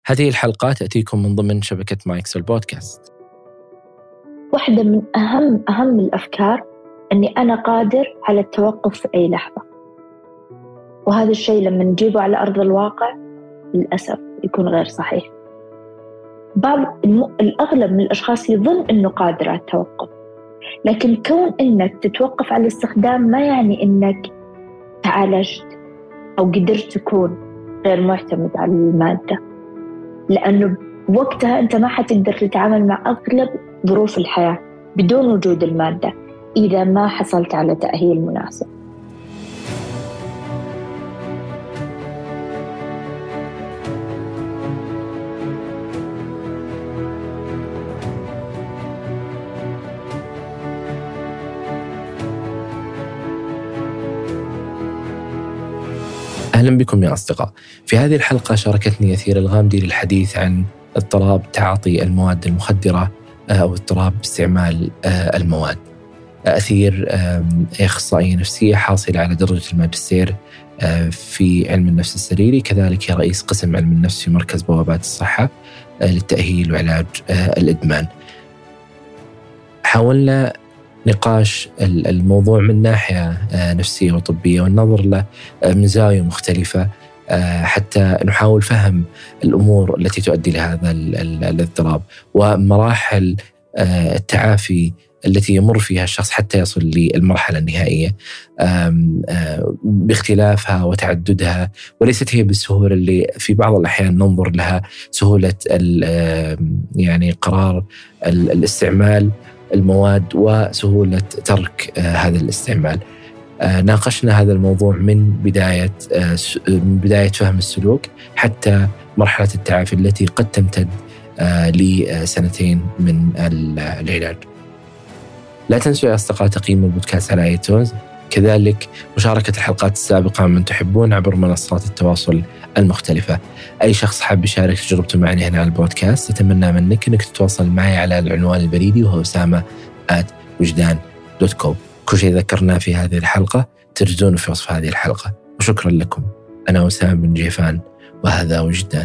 هذه الحلقة تأتيكم من ضمن شبكة مايكس البودكاست. واحدة من أهم الأفكار أني أنا قادر على التوقف في أي لحظة، وهذا الشيء لما نجيبه على أرض الواقع للأسف يكون غير صحيح. الأغلب من الأشخاص يظن أنه قادر على التوقف، لكن كون أنك تتوقف على الاستخدام ما يعني أنك تعالجت أو قدرت تكون غير معتمد على المادة، لأنه وقتها أنت ما حتقدر تتعامل مع أغلب ظروف الحياة بدون وجود المادة إذا ما حصلت على تأهيل مناسب. أهلا بكم يا أصدقاء. في هذه الحلقة شاركتني يثير الغامدي للحديث عن اضطراب تعاطي المواد المخدرة أو اضطراب استعمال المواد. أثير أخصائية نفسية حاصلة على درجة الماجستير في علم النفس السريري، كذلك هي رئيس قسم علم النفس في مركز بوابات الصحة للتأهيل وعلاج الإدمان. حاولنا نقاش الموضوع من ناحية نفسية وطبية والنظر له من زاوية مختلفة حتى نحاول فهم الأمور التي تؤدي لهذا الاضطراب ومراحل التعافي التي يمر فيها الشخص حتى يصل للمرحلة النهائية باختلافها وتعددها، وليست هي بالسهولة اللي في بعض الأحيان ننظر لها، سهولة يعني قرار الاستعمال المواد وسهولة ترك هذا الاستعمال. ناقشنا هذا الموضوع من بداية فهم السلوك حتى مرحلة التعافي التي قد تمتد لسنتين من العلاج. لا تنسوا يا أصدقاء تقييم البودكاست على آيتونز، كذلك مشاركة الحلقات السابقة من تحبون عبر منصات التواصل المختلفة. أي شخص حاب يشارك تجربته معي هنا على البودكاست أتمنى منك أنك تتواصل معي على العنوان البريدي وهو usama@wujdan.com. كل شيء ذكرناه في هذه الحلقة تجدونه في وصف هذه الحلقة. وشكرا لكم. أنا أسامة بن جيفان وهذا وجدان.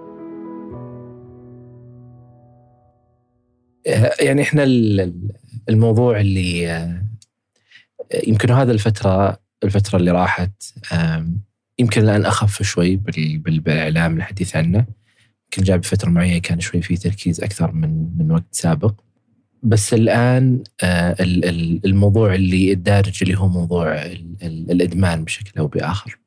يعني إحنا الموضوع اللي يمكن هذا الفترة اللي راحت يمكن الآن أخف شوي بالإعلام الحديث عنه، يمكن جاء بفترة معينة كان شوي فيه تركيز أكثر من وقت سابق، بس الآن الموضوع اللي الدارج اللي هو موضوع الإدمان بشكل أو بآخر،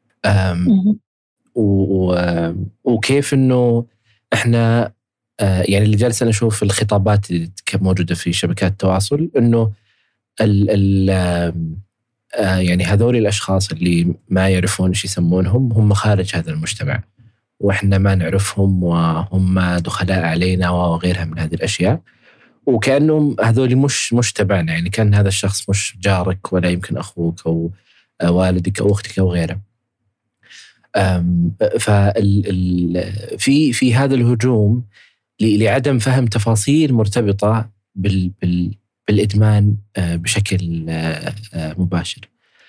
وكيف إنه إحنا يعني اللي جالس أنا أشوف الخطابات اللي موجودة في شبكات التواصل إنه يعني هذول الأشخاص اللي ما يعرفون إيش يسمونهم هم خارج هذا المجتمع، وإحنا ما نعرفهم وهم دخلاء علينا وغيرها من هذه الأشياء، وكأنهم هذول مش تبعنا، يعني كان هذا الشخص مش جارك ولا يمكن أخوك أو والدك أو أختك أو غيره. في هذا الهجوم لعدم فهم تفاصيل مرتبطة بالإدمان بشكل مباشر.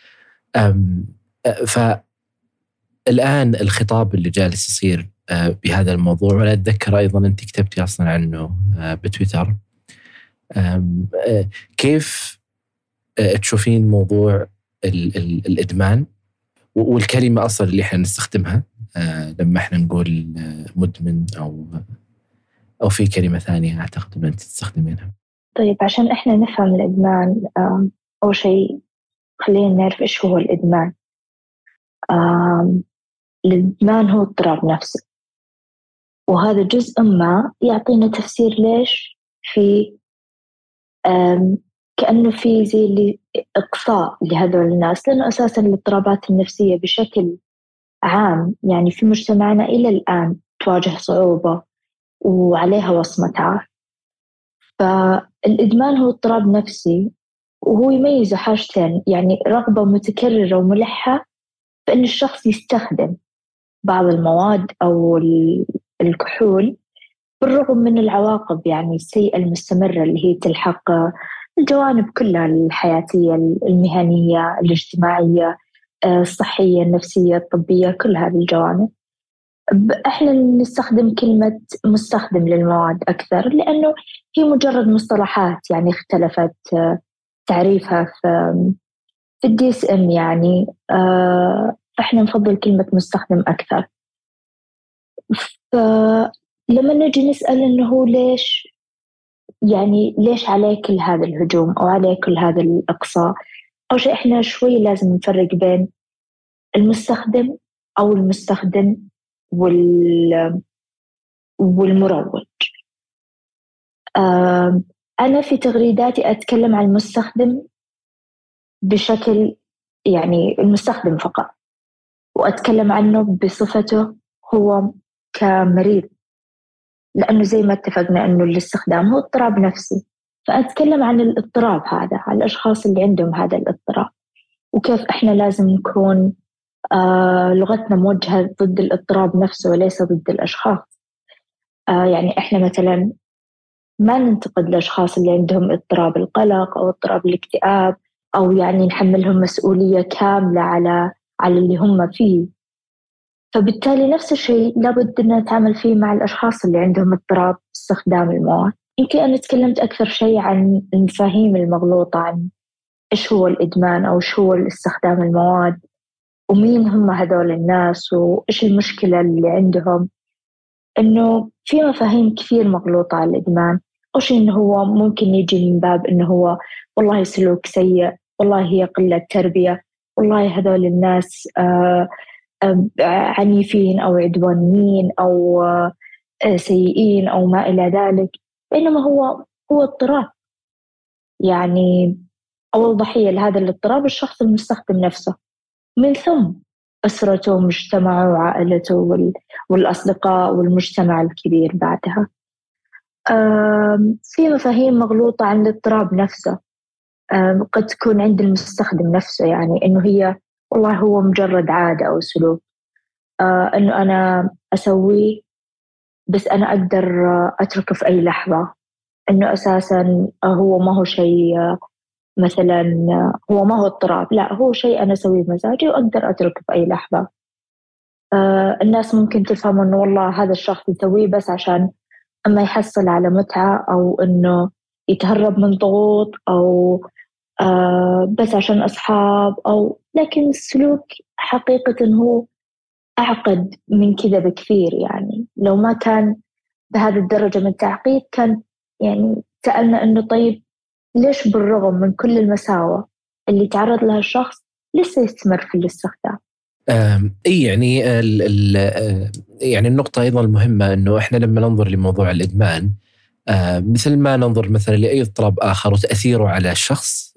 فالآن الخطاب اللي جالس يصير بهذا الموضوع، ولا أتذكر أيضا أنت كتبتي أصلا عنه بتويتر، كيف تشوفين موضوع الإدمان والكلمة أصلا اللي احنا نستخدمها لما احنا نقول مدمن أو في كلمة ثانية أعتقد أن أنت تستخدمينها؟ طيب، عشان إحنا نفهم الإدمان أول شيء خلينا نعرف إيش هو الإدمان. الإدمان هو اضطراب نفسي، وهذا جزء ما يعطينا تفسير ليش في كأنه في زي اللي إقصاء لهذول الناس، لأنه أساساً الاضطرابات النفسية بشكل عام يعني في مجتمعنا إلى الآن تواجه صعوبة وعليها وصمة عار. فالإدمان هو اضطراب نفسي، وهو يميز حاجتين، يعني رغبة متكررة وملحة فإن الشخص يستخدم بعض المواد أو الكحول بالرغم من العواقب يعني السيئة المستمرة اللي هي تلحق الجوانب كلها الحياتية، المهنية، الاجتماعية، الصحية، النفسية، الطبية، كل هذه الجوانب. إحنا نستخدم كلمة مستخدم للمواد أكثر، لأنه هي مجرد مصطلحات يعني اختلفت تعريفها في الDSM يعني. فإحنا نفضل كلمة مستخدم أكثر. فلما نجي نسأل إنه ليش، يعني ليش عليه كل هذا الهجوم أو عليه كل هذا الإقصاء، أول شيء إحنا شوي لازم نفرق بين المستخدم أو المستخدم والمروج. أنا في تغريداتي أتكلم عن المستخدم بشكل، يعني المستخدم فقط، وأتكلم عنه بصفته هو كمريض، لأنه زي ما اتفقنا أنه الاستخدام هو اضطراب نفسي، فأتكلم عن الاضطراب هذا، عن الأشخاص اللي عندهم هذا الاضطراب، وكيف إحنا لازم نكون لغتنا موجهة ضد الاضطراب نفسه وليس ضد الأشخاص. يعني إحنا مثلا ما ننتقد الأشخاص اللي عندهم اضطراب القلق أو اضطراب الاكتئاب، أو يعني نحملهم مسؤولية كاملة على اللي هم فيه. فبالتالي نفس الشيء لابد أن نتعامل فيه مع الأشخاص اللي عندهم اضطراب استخدام المواد. يمكن أنا تكلمت أكثر شيء عن المفاهيم المغلوطة عن إيش هو الإدمان أو إيش هو استخدام المواد، ومين هم هذول الناس، وإيش المشكلة اللي عندهم. إنه في مفاهيم كثير مغلوطة على الإدمان. أو شيء إنه هو ممكن يجي من باب إنه هو والله سلوك سيء، والله هي قلة تربية، والله هذول الناس عنيفين أو عدوانيين أو سيئين أو ما إلى ذلك. بينما هو اضطراب، يعني أول ضحية لهذا الاضطراب الشخص المستخدم نفسه، من ثم أسرته ومجتمعه وعائلته والأصدقاء والمجتمع الكبير بعدها. في مفاهيم مغلوطة عن الاضطراب نفسه قد تكون عند المستخدم نفسه، يعني إنه هي والله هو مجرد عادة أو سلوك، إنه أنا أسويه بس أنا أقدر أتركه في أي لحظة، إنه أساساً هو ما هو شيء مثلاً، هو ما هو اضطراب، لا هو شيء أنا أسويه بمزاجي وأقدر أتركه في أي لحظة. الناس ممكن تفهم إنه والله هذا الشخص يسويه بس عشان أما يحصل على متعة، أو إنه يتهرب من ضغوط، أو بس عشان أصحاب، أو لكن السلوك حقيقة هو أعقد من كذا بكثير. يعني لو ما كان بهذه الدرجة من التعقيد كان يعني سألنا إنه طيب ليش بالرغم من كل المساوئ اللي تعرض لها الشخص لسه يستمر في الاستخدام؟ اي يعني يعني النقطة أيضا المهمة أنه إحنا لما ننظر لموضوع الإدمان مثل ما ننظر مثلا لأي اضطراب آخر وتأثيره على الشخص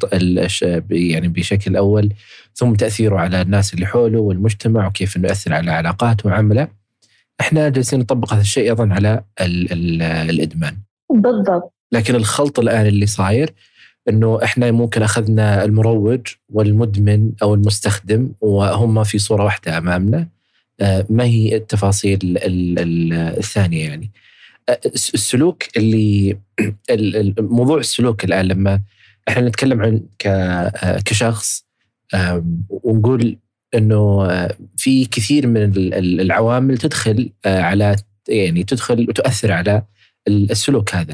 يعني بشكل أول، ثم تأثيره على الناس اللي حوله والمجتمع وكيف أنه يؤثر على علاقاته وعمله، إحنا جالسين نطبق هذا الشيء أيضا على الإدمان. بالضبط. لكن الخلط الآن اللي صاير إنه إحنا ممكن أخذنا المروج والمدمن أو المستخدم وهم في صورة واحدة أمامنا، ما هي التفاصيل الثانية. يعني السلوك اللي موضوع السلوك الآن لما إحنا نتكلم عن كشخص ونقول إنه في كثير من العوامل تدخل على، يعني تدخل وتؤثر على السلوك هذا.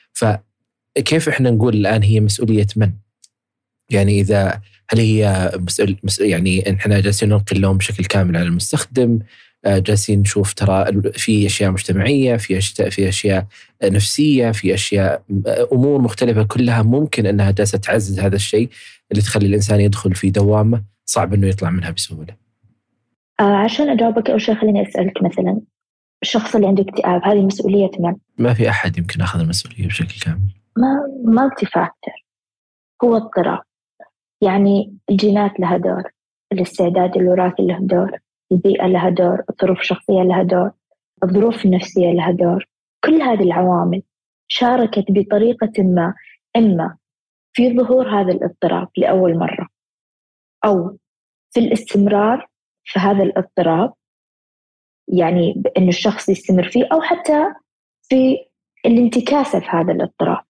فكيف إحنا نقول الآن هي مسؤولية من؟ يعني إذا هل هي يعني إحنا جالسين ننقل اللوم بشكل كامل على المستخدم، جالسين نشوف ترى في أشياء مجتمعية، في أشياء نفسية، في أشياء أمور مختلفة كلها ممكن أنها جالسة تعزز هذا الشيء اللي تخلي الإنسان يدخل في دوامة صعب أنه يطلع منها بسهولة. عشان أجاوبك أول شيء خليني أسألك، مثلا الشخص اللي عنده اكتئاب هذه مسؤولية من؟ ما في أحد يمكن أخذ المسؤولية بشكل كامل. ما تفاعل، هو اضطراب. يعني الجينات لها دور، الاستعداد الوراثي له دور، البيئة لها دور، الظروف الشخصية لها دور، الظروف النفسية لها دور. كل هذه العوامل شاركت بطريقة ما، إما في ظهور هذا الاضطراب لأول مرة، أو في الاستمرار في هذا الاضطراب، يعني بأن الشخص يستمر فيه، أو حتى في الانتكاسة في هذا الاضطراب.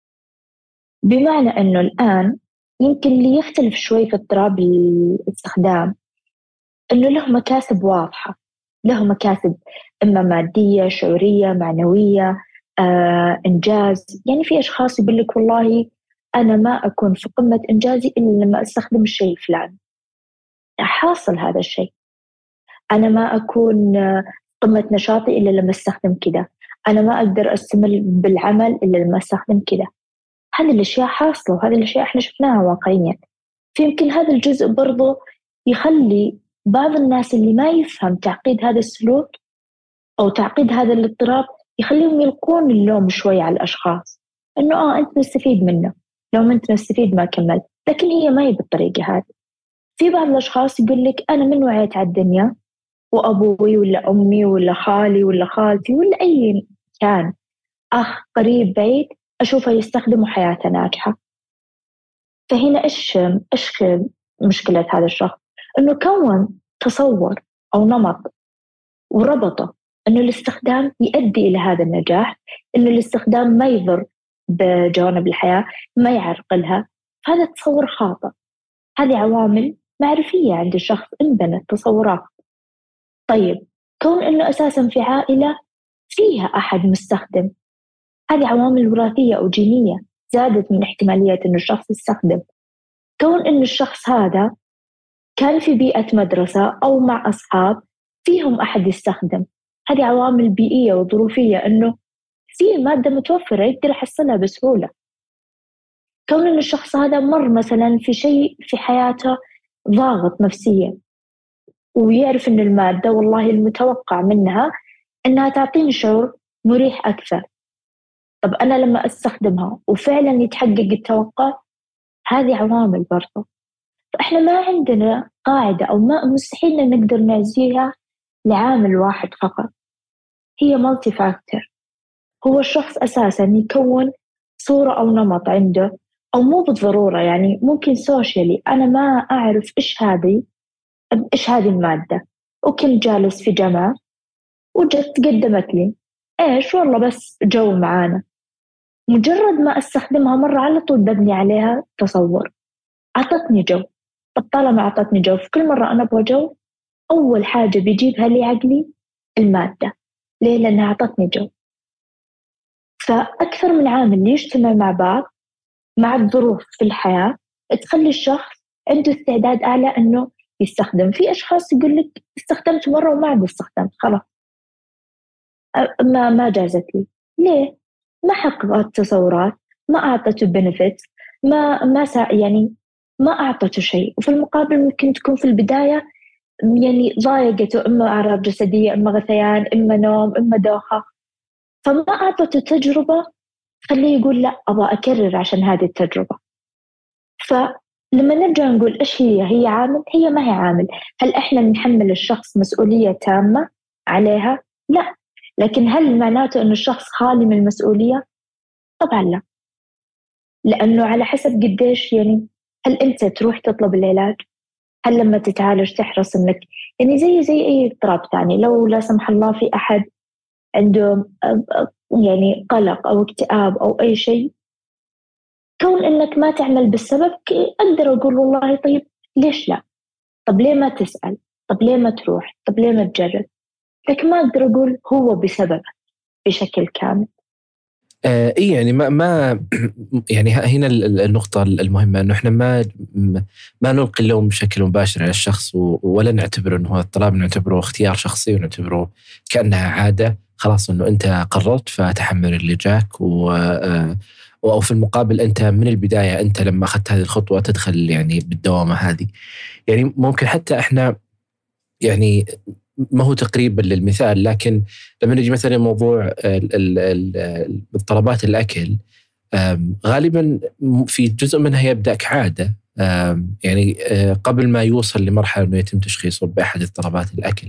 بمعنى أنه الآن يمكن اللي يختلف شوي في اضطراب الاستخدام أنه له مكاسب واضحة. له مكاسب إما مادية، شعورية، معنوية، إنجاز. يعني في أشخاص يقول لك والله أنا ما أكون في قمة إنجازي إلا لما أستخدم الشيء الفلاني. حاصل هذا الشيء. أنا ما أكون قمة نشاطي إلا لما أستخدم كذا. أنا ما أقدر أستمر بالعمل إلا لما أستخدم كذا. هذه الأشياء حاصلة، وهذه الأشياء إحنا شفناها واقعيا. فيمكن هذا الجزء برضو يخلي بعض الناس اللي ما يفهم تعقيد هذا السلوك أو تعقيد هذا الاضطراب يخليهم يلقون اللوم شوي على الأشخاص، إنه أنت مستفيد منه، لو ما أنت مستفيد ما كمل. لكن هي ما هي بالطريقة هذه. في بعض الأشخاص يقول لك أنا من وعيت على الدنيا وأبوي ولا أمي ولا خالي ولا خالتي ولا أي كان أخ قريب بعيد أشوفه يستخدمه حياته ناجحة. فهنا إيش مشكلة هذا الشخص؟ إنه كون تصور أو نمط وربطه إنه الاستخدام يؤدي إلى هذا النجاح، إنه الاستخدام ما يضر بجوانب الحياة، ما يعرقلها. فهذا تصور خاطئ. هذه عوامل معرفية عند الشخص، انبنت تصورات. طيب كون إنه أساساً في عائلة فيها أحد مستخدم، هذه عوامل وراثية أو جينية زادت من احتمالية إنه الشخص يستخدم. كون إنه الشخص هذا كان في بيئة مدرسة أو مع أصحاب فيهم أحد يستخدم، هذه عوامل بيئية وظروفية، إنه في مادة متوفرة يقدر يحصلها بسهولة. كون إنه الشخص هذا مر مثلا في شيء في حياته ضاغط نفسيا، ويعرف إن المادة والله المتوقع منها إنها تعطيني شعور مريح أكثر. طب أنا لما أستخدمها وفعلا يتحقق التوقع، هذه عوامل برضه. فإحنا ما عندنا قاعدة أو ما مستحيل نقدر نعزيها لعامل واحد فقط، هي مالتي فاكتور. هو الشخص أساساً يكون صورة أو نمط عنده، أو مو بالضرورة، يعني ممكن سوشيالي أنا ما أعرف إيش هذه المادة، وكنت جالس في جامعة وجت قدمت لي إيش والله بس جو معانا، مجرد ما أستخدمها مرة على طول ببني عليها تصور، أعطتني جو. طب طالما أعطتني جو، في كل مرة أنا أبغى جو أول حاجة بيجيبها لي عقلي المادة. ليه؟ لأنها أعطتني جو. فأكثر من عامل يجتمع مع بعض مع الظروف في الحياة تخلي الشخص عنده استعداد أعلى أنه يستخدم. في أشخاص يقول لك استخدمت مرة وما عاد استخدمت، خلاص ما جازت لي. ليه؟ ما حققت تصورات، ما أعطته بنفيت، يعني ما أعطته شيء. وفي المقابل ممكن تكون في البداية يعني ضايقته، إما أعراض جسدية، إما غثيان، إما نوم، إما دوخة، فما أعطته تجربة خليه يقول لا أبغى أكرر عشان هذه التجربة. فلما نرجع نقول إيش هي عامل، هي ما هي عامل. هل إحنا نحمل الشخص مسؤولية تامة عليها؟ لا. لكن هل معناته أن الشخص خالي من المسؤولية؟ طبعا لا، لأنه على حسب قديش. يعني هل أنت تروح تطلب العلاج؟ هل لما تتعالج تحرص أنك يعني زي أي اضطراب ثاني، لو لا سمح الله في أحد عنده يعني قلق أو اكتئاب أو أي شيء، كون أنك ما تعمل بالسبب أقدر أقول والله طيب ليش لا؟ طب ليه ما تسأل؟ طب ليه ما تروح؟ طب ليه ما تجرب؟ لكن ما أقدر أقول هو بسبب بشكل كامل. إيه يعني ما يعني هنا النقطة المهمة إنه إحنا ما نلقي اللوم بشكل مباشر على الشخص، ولا نعتبره إنه هو اضطراب، نعتبره اختيار شخصي، ونعتبره كأنها عادة. خلاص إنه أنت قررت فتحمل اللي جاك، أو في المقابل أنت من البداية أنت لما أخذت هذه الخطوة تدخل يعني بالدوامة هذه. يعني ممكن حتى إحنا يعني ما هو تقريبا للمثال، لكن لما نجي مثلا موضوع اضطرابات الأكل، غالبا في جزء منها يبدأ كعادة، يعني قبل ما يوصل لمرحلة أنه يتم تشخيصه بأحد اضطرابات الأكل.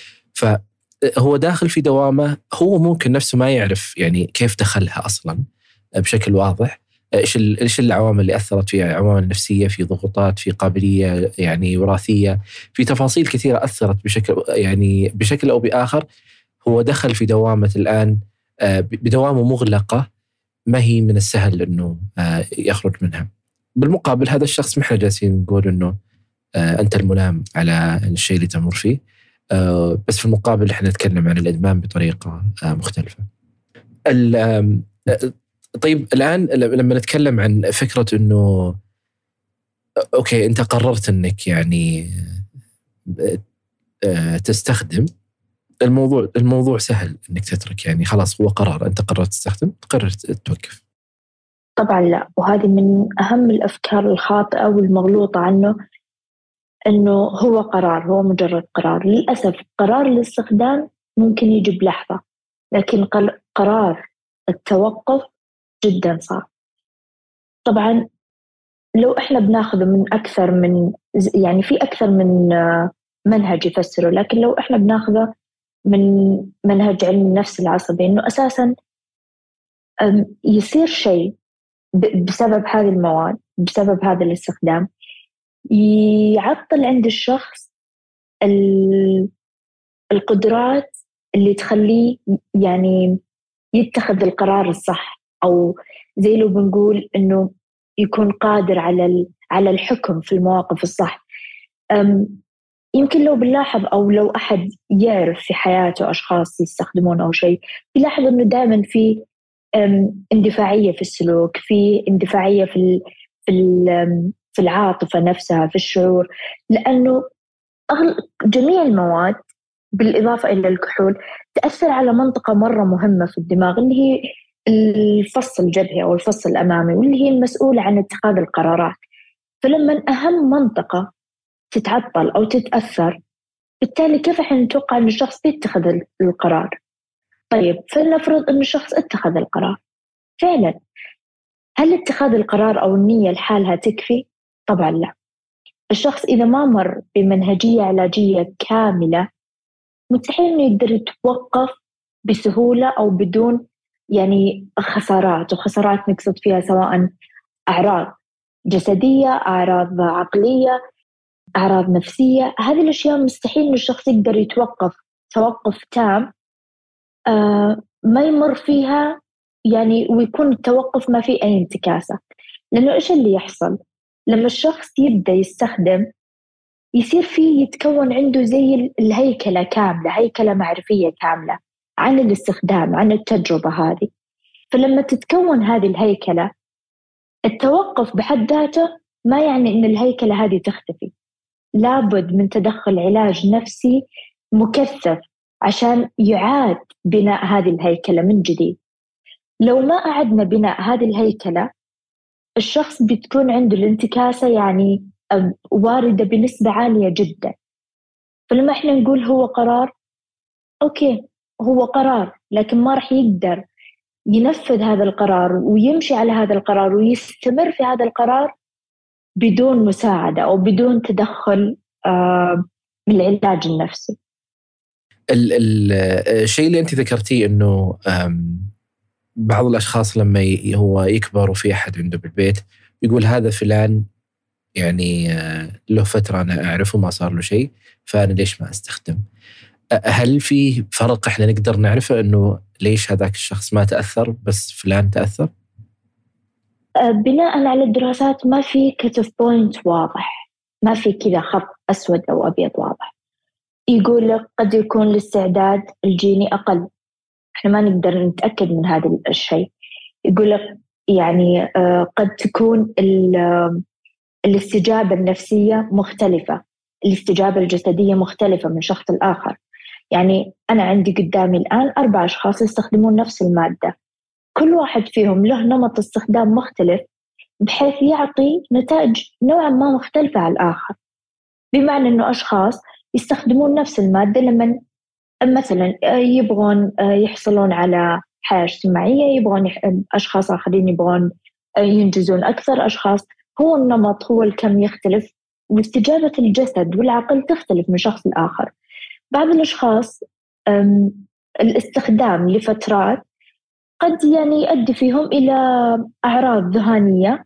فهو داخل في دوامة، هو ممكن نفسه ما يعرف يعني كيف دخلها أصلا بشكل واضح. إيش العوامل اللي أثرت فيها؟ عوامل نفسية، في ضغوطات، في قابلية يعني وراثية، في تفاصيل كثيرة أثرت بشكل أو بآخر. هو دخل في دوامة الآن، بدوامة مغلقة ما هي من السهل أنه يخرج منها. بالمقابل هذا الشخص ما احنا جالسين نقول أنه أنت الملام على الشيء اللي تمر فيه، بس في المقابل احنا نتكلم عن الإدمان بطريقة مختلفة. ال- طيب الآن لما نتكلم عن فكرة أنه أوكي أنت قررت أنك يعني تستخدم، الموضوع سهل أنك تترك، يعني خلاص هو قرار، أنت قررت تستخدم، قررت توقف. طبعا لا، وهذه من أهم الأفكار الخاطئة والمغلوطة عنه، أنه هو قرار، هو مجرد قرار. للأسف قرار الاستخدام ممكن يجي بلحظة، لكن قرار التوقف جدا صعب. طبعا لو إحنا بناخذه من أكثر من يعني في أكثر من منهج يفسره، لكن لو إحنا بناخذه من منهج علم النفس العصبي، إنه أساسا يصير شيء بسبب هذه المواد، بسبب هذا الاستخدام، يعطل عند الشخص القدرات اللي تخليه يعني يتخذ القرار الصح، أو زي لو بنقول إنه يكون قادر على الحكم في المواقف الصح. يمكن لو بنلاحظ أو لو أحد يعرف في حياته أشخاص يستخدمون أو شيء، يلاحظ إنه دائما في اندفاعية في السلوك، في اندفاعية في العاطفة نفسها، في الشعور، لأنه جميع المواد بالإضافة إلى الكحول تأثر على منطقة مرة مهمة في الدماغ، اللي هي الفص الجبهي أو الفص الأمامي، واللي هي المسؤولة عن اتخاذ القرارات. فلما أهم منطقة تتعطل أو تتأثر، بالتالي كيف احنا نتوقع أن الشخص يتخذ القرار؟ طيب فلنفرض أن الشخص اتخذ القرار فعلا، هل اتخاذ القرار أو النية لحالها تكفي؟ طبعا لا. الشخص إذا ما مر بمنهجية علاجية كاملة، مستحيل إنه يقدر يتوقف بسهولة أو بدون يعني خسارات، وخسارات نقصد فيها سواء أعراض جسدية، أعراض عقلية، أعراض نفسية. هذه الأشياء مستحيل إن الشخص يقدر يتوقف توقف تام ما يمر فيها يعني، ويكون التوقف ما فيه أي انتكاسة. لأنه إيش اللي يحصل لما الشخص يبدأ يستخدم؟ يصير فيه يتكون عنده زي الهيكلة كاملة، هيكلة معرفية كاملة عن الاستخدام، عن التجربة هذه. فلما تتكون هذه الهيكلة، التوقف بحد ذاته ما يعني إن الهيكلة هذه تختفي، لابد من تدخل علاج نفسي مكثف عشان يعاد بناء هذه الهيكلة من جديد. لو ما أعدنا بناء هذه الهيكلة، الشخص بتكون عنده الانتكاسة يعني واردة بنسبة عالية جدا. فلما احنا نقول هو قرار، أوكي هو قرار، لكن ما رح يقدر ينفذ هذا القرار ويمشي على هذا القرار ويستمر في هذا القرار بدون مساعدة أو بدون تدخل من العلاج النفسي. الشيء اللي أنت ذكرتيه أنه بعض الأشخاص لما هو يكبر وفي أحد عنده بالبيت يقول هذا فلان يعني له فترة أنا أعرفه ما صار له شيء، فأنا ليش ما أستخدم؟ هل في فرق إحنا نقدر نعرفه أنه ليش هذاك الشخص ما تأثر بس فلان تأثر؟ بناء على الدراسات ما في كتف بوينت واضح، ما في كذا خط أسود أو أبيض واضح. يقول لك قد يكون الاستعداد الجيني أقل، إحنا ما نقدر نتأكد من هذا الشيء. يقول لك يعني قد تكون الاستجابة النفسية مختلفة، الاستجابة الجسدية مختلفة من شخص الآخر. يعني أنا عندي قدامي الآن 4 أشخاص يستخدمون نفس المادة، كل واحد فيهم له نمط استخدام مختلف بحيث يعطي نتائج نوعا ما مختلفة عن الآخر. بمعنى أنه أشخاص يستخدمون نفس المادة لما مثلا يبغون يحصلون على حياة اجتماعية، يبغون أشخاص آخرين يبغون ينجزون أكثر، أشخاص هو النمط هو الكم يختلف، واستجابة الجسد والعقل تختلف من شخص لآخر. بعض الأشخاص الاستخدام لفترات قد يعني يؤدي فيهم إلى أعراض ذهانية،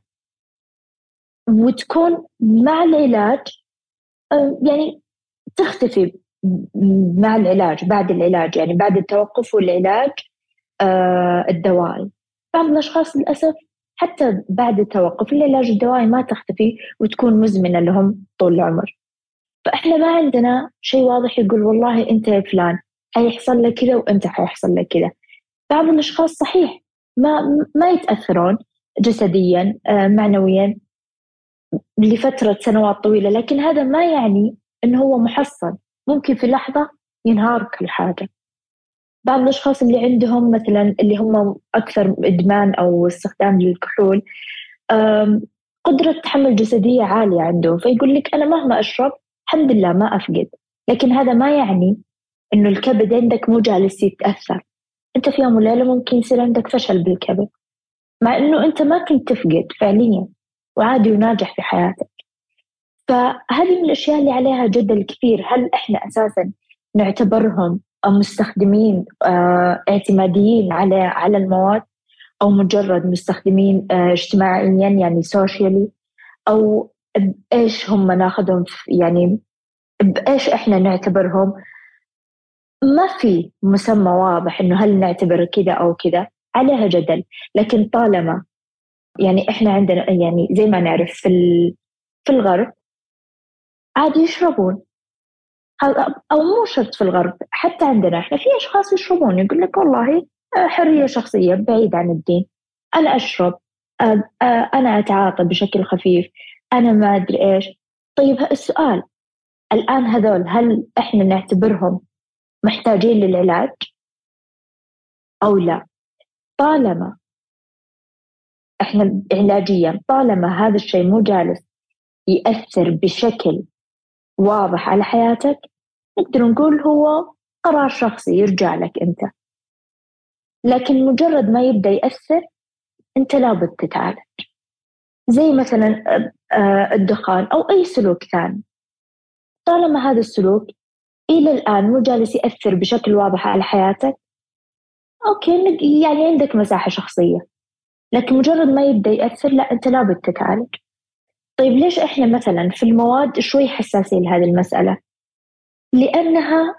وتكون مع العلاج يعني تختفي مع العلاج، بعد العلاج يعني بعد التوقف والعلاج الدوائي. بعض الأشخاص للأسف حتى بعد التوقف العلاج الدوائي ما تختفي وتكون مزمنة لهم طول العمر. فإحنا ما عندنا شيء واضح يقول والله أنت يا فلان حيحصل لك كذا وأنت حيحصل لك كذا. بعض الأشخاص صحيح ما يتأثرون جسديا معنويا لفترة سنوات طويلة، لكن هذا ما يعني أنه هو محصن، ممكن في لحظة ينهار كل حاجة. بعض الأشخاص اللي عندهم مثلا اللي هم أكثر إدمان أو استخدام للكحول قدرة تحمل جسدية عالية عندهم، فيقول لك أنا مهما أشرب الحمد لله ما أفقد. لكن هذا ما يعني إنه الكبد عندك مو جالس يتأثر. أنت في يوم وليلة ممكن يصير عندك فشل بالكبد مع إنه أنت ما كنت تفقد فعليا وعادي وناجح في حياتك. فهذه من الأشياء اللي عليها جدل كثير، هل إحنا أساسا نعتبرهم مستخدمين اعتماديين على المواد، أو مجرد مستخدمين اجتماعيا يعني سوشيالي، أو بإيش هم ناخذهم يعني بإيش إحنا نعتبرهم. ما في مسمى واضح إنه هل نعتبر كذا أو كذا، عليها جدل. لكن طالما يعني إحنا عندنا يعني زي ما نعرف في الغرب عادي يشربون، أو مو شرط في الغرب، حتى عندنا إحنا في أشخاص يشربون يقول لك والله حرية شخصية بعيد عن الدين، أنا أشرب، أنا أتعاطى بشكل خفيف، أنا ما أدري إيش. طيب السؤال الآن هذول هل إحنا نعتبرهم محتاجين للعلاج أو لا؟ طالما إحنا علاجيا طالما هذا الشيء مو جالس يأثر بشكل واضح على حياتك، نقدر نقول هو قرار شخصي يرجع لك أنت. لكن مجرد ما يبدأ يأثر أنت لابد تتعالج، زي مثلا الدخان أو أي سلوك ثاني. طالما هذا السلوك إلى الآن مو جالس يأثر بشكل واضح على حياتك، أوكي يعني عندك مساحة شخصية. لكن مجرد ما يبدأ يأثر لا، أنت لابد تتعالج. طيب ليش إحنا مثلا في المواد شوي حساسين لهذه المسألة؟ لأنها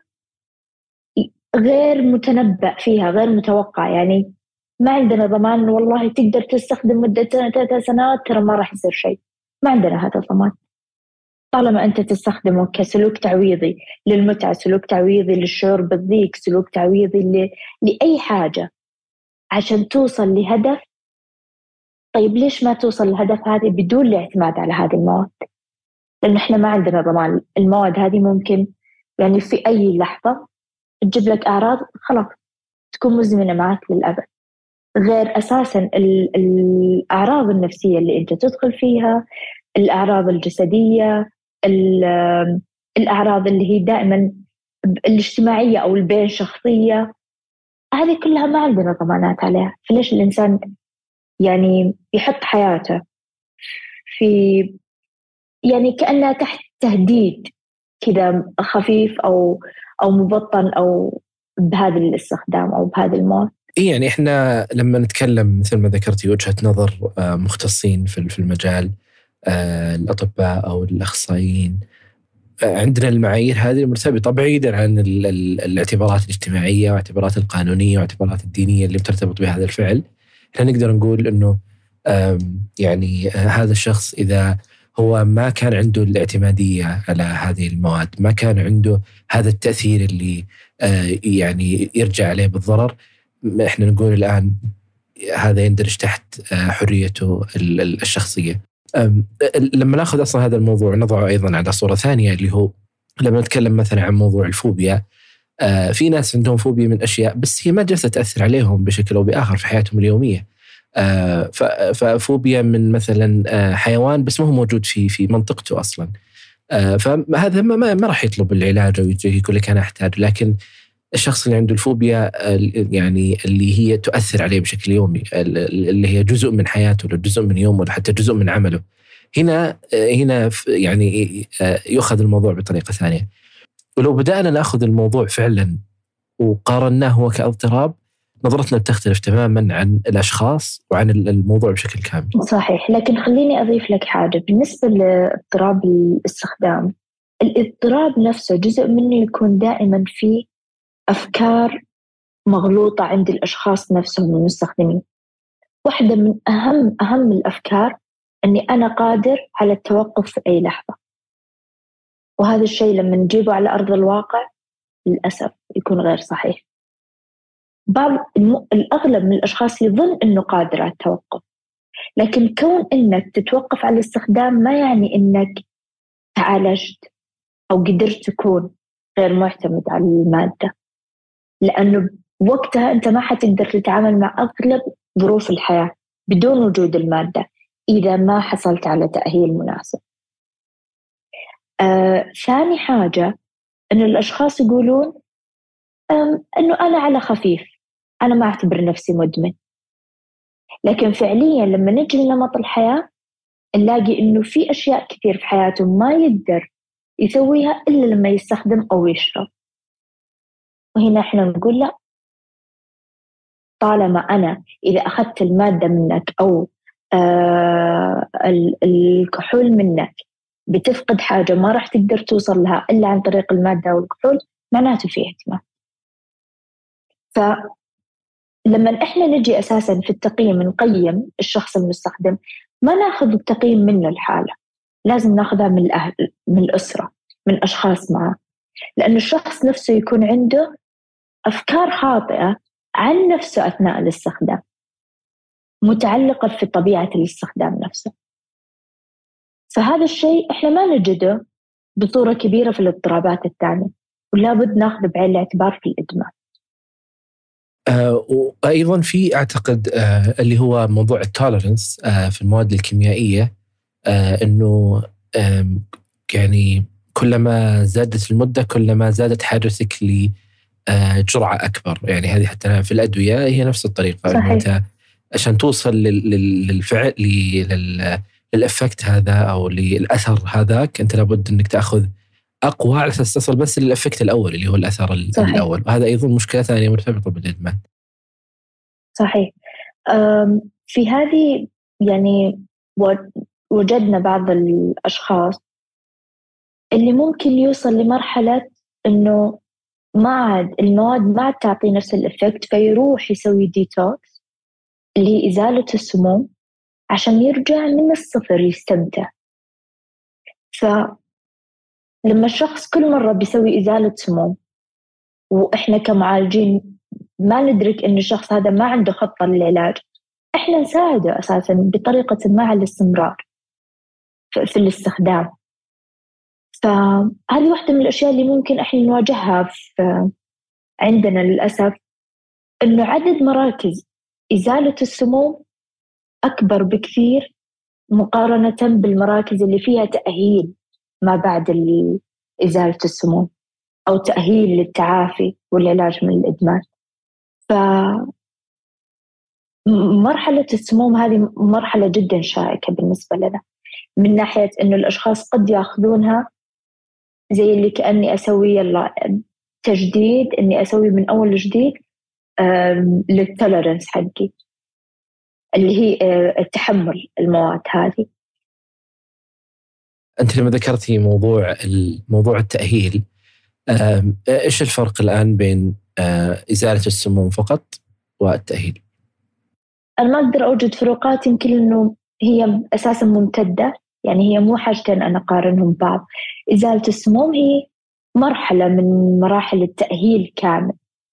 غير متنبأ فيها، غير متوقع. يعني ما عندنا ضمان والله تقدر تستخدم مدة 3 سنوات ترى ما راح يصير شيء، ما عندنا هذا الضمان. طالما أنت تستخدمه كسلوك تعويضي للمتعة، سلوك تعويضي للشعور بالضيق، سلوك تعويضي لأي حاجة عشان توصل لهدف. طيب ليش ما توصل للهدف هذه بدون الاعتماد على هذه المواد؟ لأن إحنا ما عندنا ضمان. المواد هذه ممكن يعني في أي لحظة تجيب لك أعراض خلاص تكون مزمنة معك للأبد، غير أساساً الأعراض النفسية اللي أنت تدخل فيها، الأعراض الجسدية، الأعراض اللي هي دائماً الاجتماعية أو البين شخصية، هذه كلها ما عندنا ضمانات عليها. فليش الإنسان يعني يحط حياته في يعني كأنها تحت تهديد كذا خفيف أو مبطن أو بهذا الاستخدام أو بهذا المواد؟ يعني إحنا لما نتكلم مثل ما ذكرتي وجهة نظر مختصين في المجال، الأطباء أو الأخصائيين، عندنا المعايير هذه المرتبطة بعيدا عن الاعتبارات الاجتماعية واعتبارات القانونية واعتبارات الدينية اللي بترتبط بهذا الفعل. احنا نقدر نقول انه يعني هذا الشخص اذا هو ما كان عنده الاعتمادية على هذه المواد، ما كان عنده هذا التأثير اللي يعني يرجع عليه بالضرر، احنا نقول الآن هذا يندرج تحت حريته الشخصية. لما ناخذ أصلا هذا الموضوع نضعه أيضا على صورة ثانية، اللي هو لما نتكلم مثلا عن موضوع الفوبيا، في ناس عندهم فوبيا من أشياء بس هي ما جالسة تأثر عليهم بشكل أو بآخر في حياتهم اليومية. ففوبيا من مثلا حيوان بس ما هو موجود في منطقته أصلا، فهذا ما راح يطلب العلاج أو يقول لك أنا أحتاج. لكن الشخص اللي عنده الفوبيا يعني اللي هي تؤثر عليه بشكل يومي، اللي هي جزء من حياته ولا جزء من يومه ولا حتى جزء من عمله، هنا يعني يؤخذ الموضوع بطريقة ثانية. ولو بدأنا نأخذ الموضوع فعلا وقارناه هو كاضطراب، نظرتنا بتختلف تماما عن الأشخاص وعن الموضوع بشكل كامل. صحيح. لكن خليني أضيف لك حاجة بالنسبة لاضطراب الاستخدام. الاضطراب نفسه جزء منه يكون دائما فيه أفكار مغلوطة عند الأشخاص نفسهم المستخدمين. واحدة من أهم الأفكار أني أنا قادر على التوقف في أي لحظة. وهذا الشيء لما نجيبه على أرض الواقع للأسف يكون غير صحيح. الأغلب من الأشخاص يظن أنه قادر على التوقف، لكن كون أنك تتوقف على الاستخدام ما يعني أنك تعالجت أو قدرت تكون غير معتمد على المادة، لأنه وقتها أنت ما حتقدر تتعامل مع أغلب ظروف الحياة بدون وجود المادة إذا ما حصلت على تأهيل مناسب. ثاني حاجة أن الأشخاص يقولون أنه أنا على خفيف، أنا ما أعتبر نفسي مدمن، لكن فعليا لما نجي لنمط الحياة نلاقي أنه في أشياء كثير في حياته ما يقدر يسويها إلا لما يستخدم أو يشرب. وهنا إحنا نقول لا، طالما أنا إذا أخذت المادة منك أو الكحول منك بتفقد حاجة ما راح تقدر توصل لها إلا عن طريق المادة أو الكحول، معناته في اهتمام. فلما إحنا نجي أساساً في التقييم نقيم الشخص المستخدم ما ناخذ التقييم منه الحالة، لازم ناخذها من الأهل، من الأسرة، من أشخاص معه، لأن الشخص نفسه يكون عنده أفكار خاطئة عن نفسه أثناء الاستخدام متعلقة في طبيعة الاستخدام نفسه. فهذا الشيء إحنا ما نجده بصورة كبيرة في الاضطرابات الثانية، ولا بد ناخذ بعين الاعتبار في الإدمان. وأيضا في أعتقد اللي هو موضوع التولرنس في المواد الكيميائية، أنه يعني كلما زادت المدة كلما زادت حاجتك لجرعة أكبر. يعني هذه حتى في الأدوية هي نفس الطريقة. صحيح. أنت عشان توصل للفعل للإفكت هذا أو للأثر هذاك أنت لابد أنك تأخذ أقوى على أساس تصل بس للإفكت الأول اللي هو الأثر صحيح. الأول. وهذا أيضا مشكلة ثانية مرتبطة بالإدمان. صحيح. في هذه يعني وجدنا بعض الأشخاص اللي ممكن يوصل لمرحلة إنه ما عاد المواد ما عاد تعطي نفس الإفكت، فيروح يسوي ديتوكس اللي هي إزالة السموم عشان يرجع من الصفر يستمتع. فلما الشخص كل مرة بيسوي إزالة سموم وإحنا كمعالجين ما ندرك إن الشخص هذا ما عنده خطة للعلاج، إحنا نساعده أساساً بطريقة ما على الاستمرار في الاستخدام. فهذه واحدة من الأشياء اللي ممكن إحنا نواجهها عندنا للأسف، إنه عدد مراكز إزالة السموم أكبر بكثير مقارنة بالمراكز اللي فيها تأهيل ما بعد إزالة السموم أو تأهيل للتعافي والعلاج من الإدمان. فمرحلة السموم هذه مرحلة جدا شائكة بالنسبة لنا، من ناحية إنه الأشخاص قد يأخذونها زي اللي كأني أسوي يلا تجديد، إني أسوي من أول جديد للتولرنس حقي اللي هي التحمل المواد هذه. أنت لما ذكرتي موضوع التأهيل، إيش الفرق الآن بين إزالة السموم فقط والتأهيل؟ أنا ما أقدر أوجد فروقات، يمكن إنه هي أساساً ممتدة، يعني هي مو حاجتين أنا أقارنهم ببعض. إزالة السموم هي مرحلة من مراحل التأهيل كامل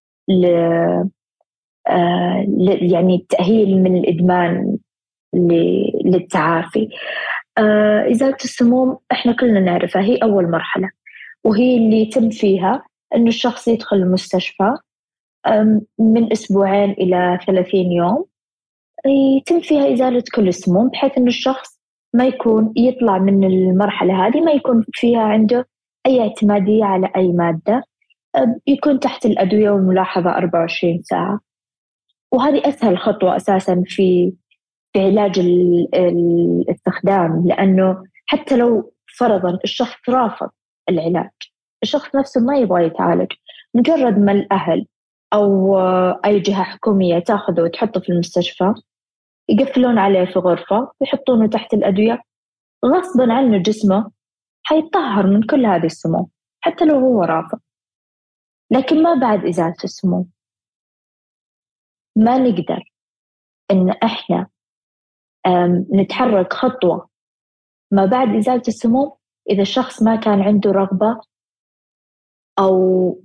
يعني التأهيل من الإدمان للتعافي. إزالة السموم إحنا كلنا نعرفها، هي أول مرحلة، وهي اللي يتم فيها إنه الشخص يدخل المستشفى من أسبوعين إلى 30 يوم، يتم فيها إزالة كل السموم بحيث إنه الشخص ما يكون يطلع من المرحلة هذه ما يكون فيها عنده أي اعتمادية على أي مادة، يكون تحت الأدوية والملاحظة 24 ساعة. وهذه أسهل خطوة أساساً في علاج الاستخدام، لأنه حتى لو فرضاً الشخص رافض العلاج، الشخص نفسه ما يبغى يتعالج، مجرد ما الأهل أو أي جهة حكومية تأخذه وتحطه في المستشفى يقفلون عليه في غرفة ويحطونه تحت الأدوية، غصباً عنه جسمه حيتطهر من كل هذه السموم حتى لو هو رافض. لكن ما بعد إزالة السموم ما نقدر إن إحنا نتحرك خطوة ما بعد إزالة السموم إذا الشخص ما كان عنده رغبة أو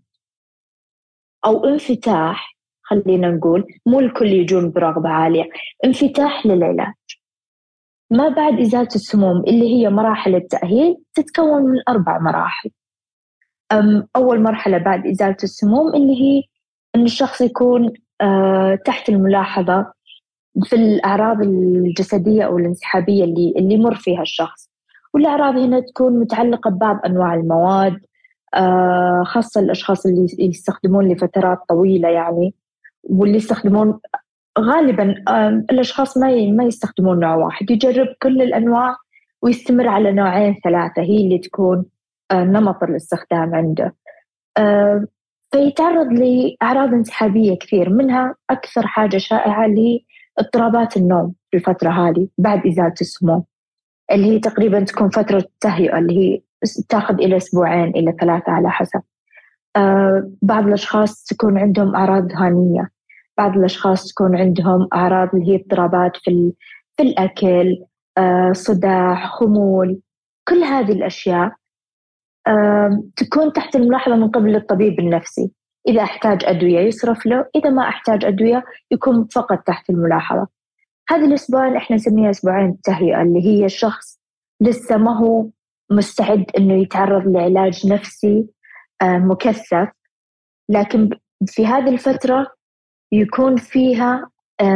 انفتاح، خلينا نقول مو الكل يجون برغبة عالية، انفتاح للعلاج. ما بعد إزالة السموم اللي هي مراحل التأهيل تتكون من 4 مراحل. أول مرحلة بعد إزالة السموم اللي هي أن الشخص يكون تحت الملاحظة في الأعراض الجسدية أو الانسحابية اللي يمر فيها الشخص. والأعراض هنا تكون متعلقة ببعض أنواع المواد، خاصة الأشخاص اللي يستخدمون لفترات طويلة يعني، واللي يستخدمون غالبا الأشخاص ما يستخدمون نوع واحد، يجرب كل الأنواع ويستمر على 2-3 هي اللي تكون نمط الاستخدام عنده. فيتعرض لأعراض انسحابية كثير، منها أكثر حاجة شائعة اللي هي اضطرابات النوم في الفترة هذه بعد إزالة السموم، اللي هي تقريبا تكون فترة التهيئة اللي هي تأخذ إلى 2 إلى 3 على حسب. بعض الأشخاص تكون عندهم أعراض ذهانية، بعض الأشخاص تكون عندهم أعراض اللي هي اضطرابات في الأكل، صداع، خمول. كل هذه الأشياء تكون تحت الملاحظة من قبل الطبيب النفسي. إذا احتاج أدوية يصرف له، إذا ما احتاج أدوية يكون فقط تحت الملاحظة. هذه الأسبوعين إحنا نسميها أسبوعين التهيئة، اللي هي الشخص لسه ما هو مستعد إنه يتعرض لعلاج نفسي مكثف، لكن في هذه الفترة يكون فيها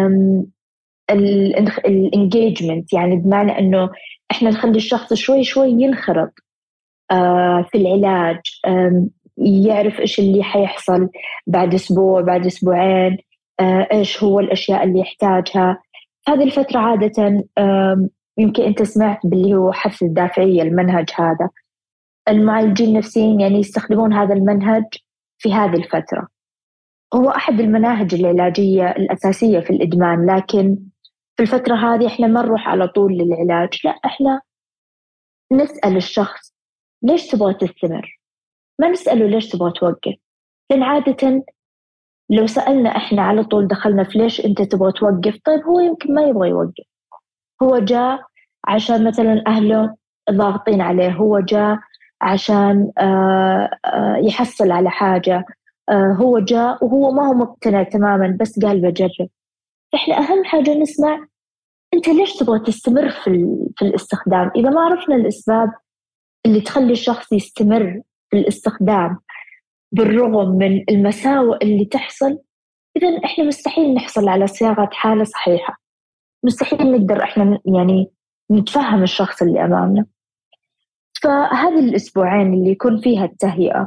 الانجيجمنت، يعني بمعنى إنه إحنا نخلي الشخص شوي شوي ينخرط في العلاج، يعرف إيش اللي حيحصل بعد أسبوع بعد أسبوعين، إيش هو الأشياء اللي يحتاجها. هذه الفترة عادة يمكن أنت سمعت باللي هو حث الدافعية، المنهج هذا المعالجين النفسيين يعني يستخدمون هذا المنهج في هذه الفترة. هو أحد المناهج العلاجية الأساسية في الإدمان، لكن في الفترة هذه إحنا ما نروح على طول للعلاج، لا، إحنا نسأل الشخص ليش تبغى تستمر، ما نسأله ليش تبغى توقف. لأن عادة لو سألنا إحنا على طول دخلنا في ليش أنت تبغى توقف، طيب هو يمكن ما يبغى يوقف، هو جاء عشان مثلا أهله ضاغطين عليه، هو جاء عشان يحصل على حاجة، هو جاء وهو ما هو مقتنع تماما بس قال بجرب. إحنا أهم حاجة نسمع أنت ليش تبغى تستمر في الاستخدام. إذا ما عرفنا الأسباب اللي تخلي الشخص يستمر في الاستخدام بالرغم من المساوئ اللي تحصل، إذن إحنا مستحيل نحصل على صياغة حالة صحيحة، مستحيل نقدر إحنا يعني نتفهم الشخص اللي أمامنا. فهذه الأسبوعين اللي يكون فيها التهيئة،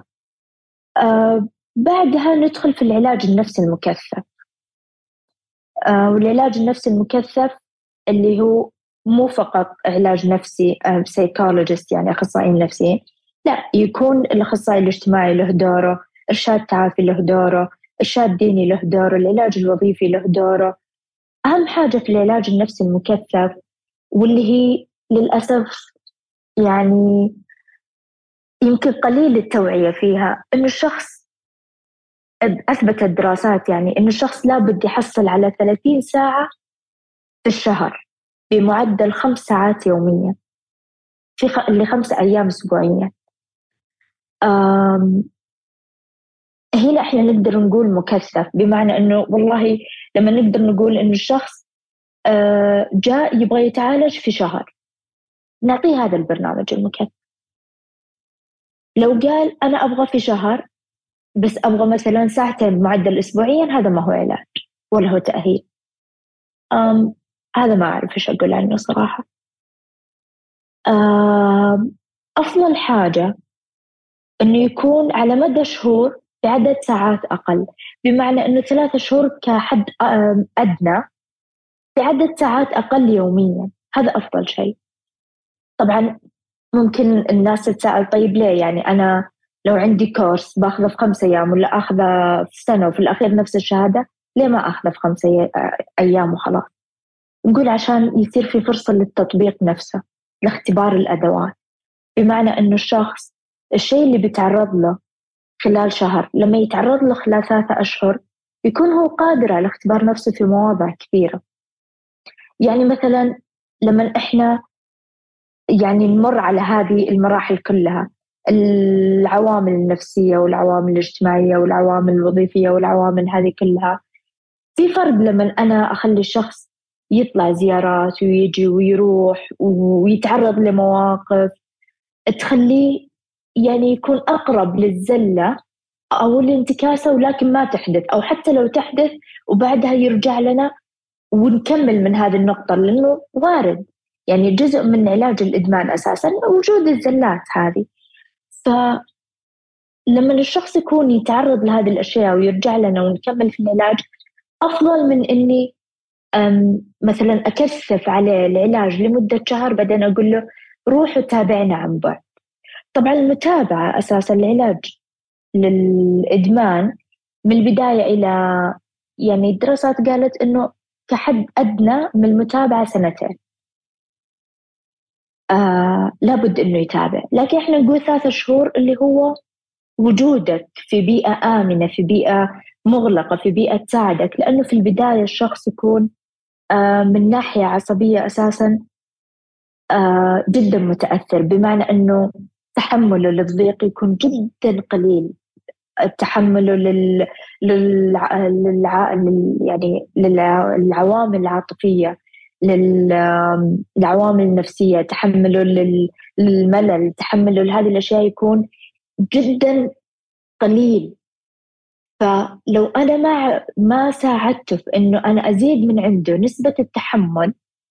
بعدها ندخل في العلاج النفسي المكثف. والعلاج النفسي المكثف اللي هو مو فقط علاج نفسي psychologist يعني أخصائيين نفسيين، لا، يكون الأخصائي الاجتماعي له دوره، إرشاد تعافي له دوره، إرشاد ديني له دوره، العلاج الوظيفي له دوره. أهم حاجة في العلاج النفسي المكثف، واللي هي للأسف يعني يمكن قليل التوعية فيها، إنه الشخص أثبتت الدراسات يعني إنه الشخص لابد يحصل على 30 ساعة في الشهر بمعدل 5 ساعات يوميا اللي 5 أيام أسبوعيا. هنا إحنا نقدر نقول مكثف، بمعنى إنه والله لما نقدر نقول إنه الشخص جاء يبغى يتعالج في شهر، نعطيه هذا البرنامج المكثف. لو قال أنا أبغى في شهر بس أبغى مثلا 2 ساعة معدل أسبوعيا، هذا ما هو علاج ولا هو تأهيل. هذا ما أعرف إيش أقول عنه صراحة. أفضل حاجة إنه يكون على مدى شهور بعدد ساعات أقل، بمعنى إنه 3 شهور كحد أدنى بعدد ساعات أقل يوميا، هذا أفضل شيء. طبعا ممكن الناس تتساءل طيب ليه، يعني أنا لو عندي كورس باخذه في 5 أيام ولا أخذه في سنة وفي الأخير نفس الشهادة، ليه ما أخذه في 5 أيام وخلاص؟ نقول عشان يصير في فرصة للتطبيق نفسه، لاختبار الأدوات، بمعنى أنه الشخص الشيء اللي بيتعرض له خلال شهر لما يتعرض له خلال 3 أشهر يكون هو قادر على اختبار نفسه في مواضع كثيرة. يعني مثلا لما إحنا يعني نمر على هذه المراحل كلها، العوامل النفسية والعوامل الاجتماعية والعوامل الوظيفية والعوامل هذه كلها. في فرق لما أنا أخلي الشخص يطلع زيارات ويجي ويروح ويتعرض لمواقف تخليه يعني يكون أقرب للزلة أو الانتكاسة، ولكن ما تحدث، أو حتى لو تحدث وبعدها يرجع لنا ونكمل من هذه النقطة، لأنه وارد. يعني جزء من علاج الإدمان أساساً وجود الزلات هذه. فلما الشخص يكون يتعرض لهذه الأشياء ويرجع لنا ونكمل في العلاج، أفضل من إني مثلاً أكثف عليه العلاج لمدة شهر بعدين أقول له روح وتابعنا عن بعد. طبعاً المتابعة أساساً العلاج للإدمان من البداية إلى، يعني الدراسات قالت إنه كحد أدنى من المتابعة 2 سنين. لابد إنه يتابع، لكن إحنا نقول 3 شهور اللي هو وجودك في بيئة آمنة، في بيئة مغلقة، في بيئة تساعدك. لأنه في البداية الشخص يكون من ناحية عصبية أساساً جدا متأثر، بمعنى أنه تحمله للضيق يكون جدا قليل، تحمله يعني للعوامل العاطفية، للعوامل النفسية، تحمله للملل، تحمله لهذه الأشياء يكون جدا قليل. فلو أنا ما ساعدته في إنه أنا أزيد من عنده نسبة التحمل،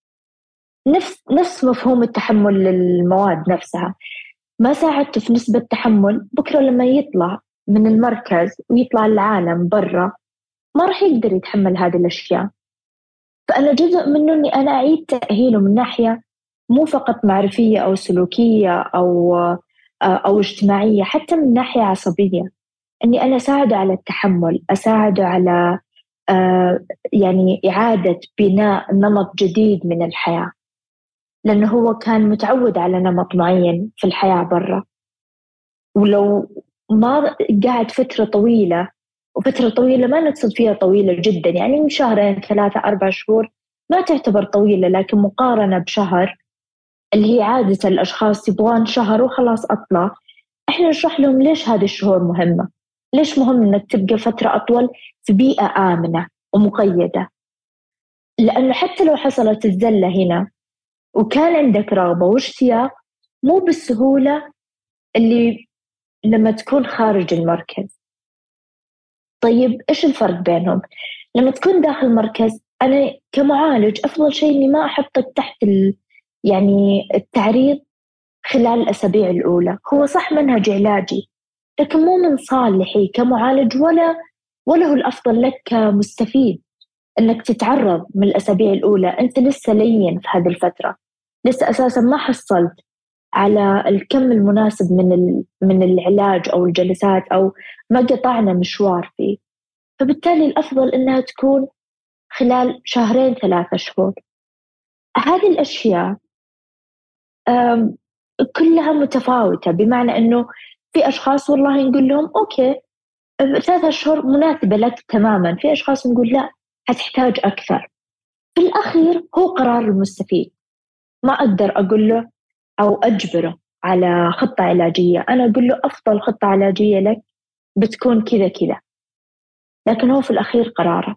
نفس مفهوم التحمل للمواد نفسها، ما ساعدته في نسبة تحمل، بكرة لما يطلع من المركز ويطلع العالم برا ما راح يقدر يتحمل هذه الأشياء. فأنا جزء منه أني أنا أعيد تأهيله من ناحية مو فقط معرفية أو سلوكية أو اجتماعية، حتى من ناحية عصبية، أني أنا أساعده على التحمل، أساعده على يعني إعادة بناء نمط جديد من الحياة، لأنه هو كان متعود على نمط معين في الحياة برا. ولو ما قاعد فترة طويلة، وفترة طويلة ما نقصد فيها طويلة جدا، يعني من 2 3 4 شهور ما تعتبر طويلة، لكن مقارنة بشهر اللي هي عادة الأشخاص يبغون شهر وخلاص أطلع، إحنا نشرح لهم ليش هذه الشهور مهمة، ليش مهم إنك تبقى فترة أطول في بيئة آمنة ومقيدة. لأنه حتى لو حصلت الزلة هنا وكان عندك رغبة واشتياق، مو بالسهولة اللي لما تكون خارج المركز. طيب إيش الفرق بينهم؟ لما تكون داخل المركز أنا كمعالج أفضل شيء إني ما أحطك تحت يعني التعريض خلال الأسابيع الأولى. هو صح منهج علاجي، لكن مو من صالحي كمعالج ولا هو الأفضل لك كمستفيد إنك تتعرض من الأسابيع الأولى. أنت لسه لين في هذه الفترة، لسه أساسا ما حصلت على الكم المناسب من العلاج أو الجلسات، أو ما قطعنا مشوار فيه. فبالتالي الأفضل إنها تكون خلال 2 3 شهور. هذه الأشياء كلها متفاوتة، بمعنى أنه في أشخاص والله نقول لهم أوكي 3 شهور مناسبة لك تماما، في أشخاص نقول لا هتحتاج أكثر. في الأخير هو قرار المستفيد، ما أقدر أقول له أو أجبره على خطة علاجية. أنا أقول له أفضل خطة علاجية لك بتكون كذا كذا، لكن هو في الأخير قراره.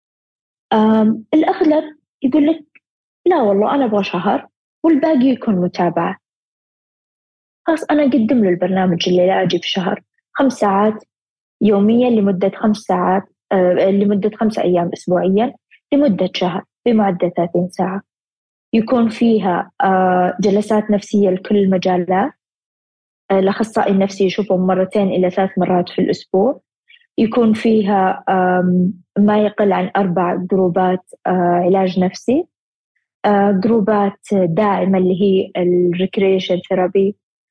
الأغلب يقول لك لا والله أنا أبغى شهر والباقي يكون متابعة. خلاص أنا أقدم له البرنامج العلاجي في شهر 5 ساعات يوميا لمدة 5 ساعات، لمدة 5 أيام أسبوعيا لمدة شهر بمعدل 30 ساعة، يكون فيها جلسات نفسية لكل المجالات. الأخصائي النفسي يشوفهم 2 إلى 3 مرات في الأسبوع. يكون فيها ما يقل عن 4 جروبات علاج نفسي، جروبات داعمة اللي هي الريكريشن ثيرابي،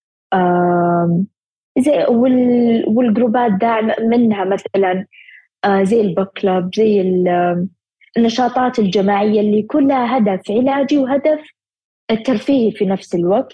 زي والجروبات داعمة منها مثلا زي البوك كلاب، زي النشاطات الجماعية اللي كلها هدف علاجي وهدف الترفيهي في نفس الوقت،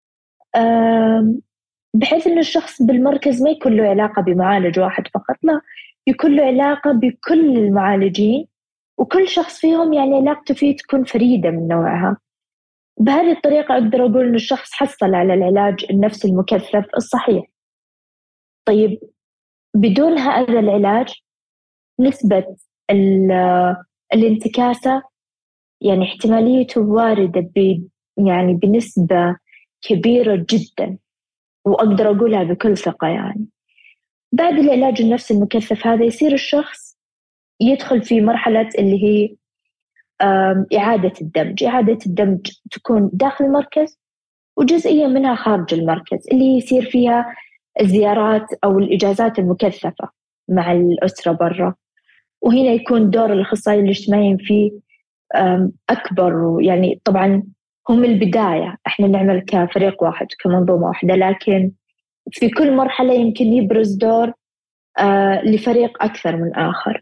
بحيث أن الشخص بالمركز ما يكون له علاقة بمعالج واحد فقط، لا، يكون له علاقة بكل المعالجين، وكل شخص فيهم يعني علاقته فيه تكون فريدة من نوعها. بهذه الطريقة أقدر أقول إن الشخص حصل على العلاج النفسي المكثف الصحيح. طيب بدون هذا العلاج نسبة الانتكاسة يعني احتماليته واردة يعني بنسبة كبيرة جدا، وأقدر أقولها بكل ثقة. يعني بعد العلاج النفسي المكثف هذا يصير الشخص يدخل في مرحلة اللي هي إعادة الدمج. إعادة الدمج تكون داخل المركز وجزئية منها خارج المركز، اللي يصير فيها الزيارات أو الإجازات المكثفة مع الأسرة برا. وهنا يكون دور الأخصائيين الاجتماعيين فيه أكبر. يعني طبعا هم البداية، إحنا نعمل كفريق واحد كمنظومة واحدة، لكن في كل مرحلة يمكن يبرز دور لفريق أكثر من آخر.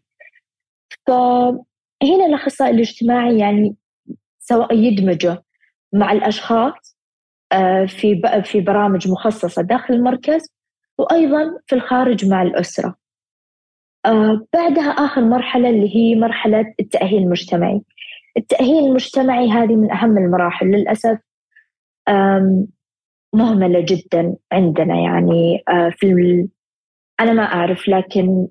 فهنا الأخصائي الاجتماعي يعني سواء يدمجه مع الأشخاص في برامج مخصصة داخل المركز، وأيضا في الخارج مع الأسرة. بعدها آخر مرحلة اللي هي مرحلة التأهيل المجتمعي. التأهيل المجتمعي هذه من أهم المراحل للأسف، مهملة جدا عندنا. يعني أنا ما أعرف، لكن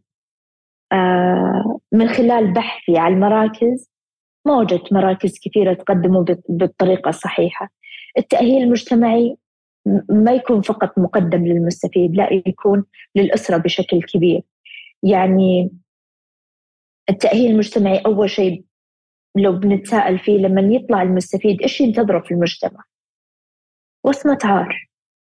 من خلال بحثي على المراكز ما وجدت مراكز كثيرة تقدمه بالطريقة الصحيحة. التأهيل المجتمعي ما يكون فقط مقدم للمستفيد، لا، يكون للأسرة بشكل كبير. يعني التأهيل المجتمعي أول شيء لو بنتساءل فيه لما يطلع المستفيد إيش ينتظره في المجتمع؟ وصمة عار،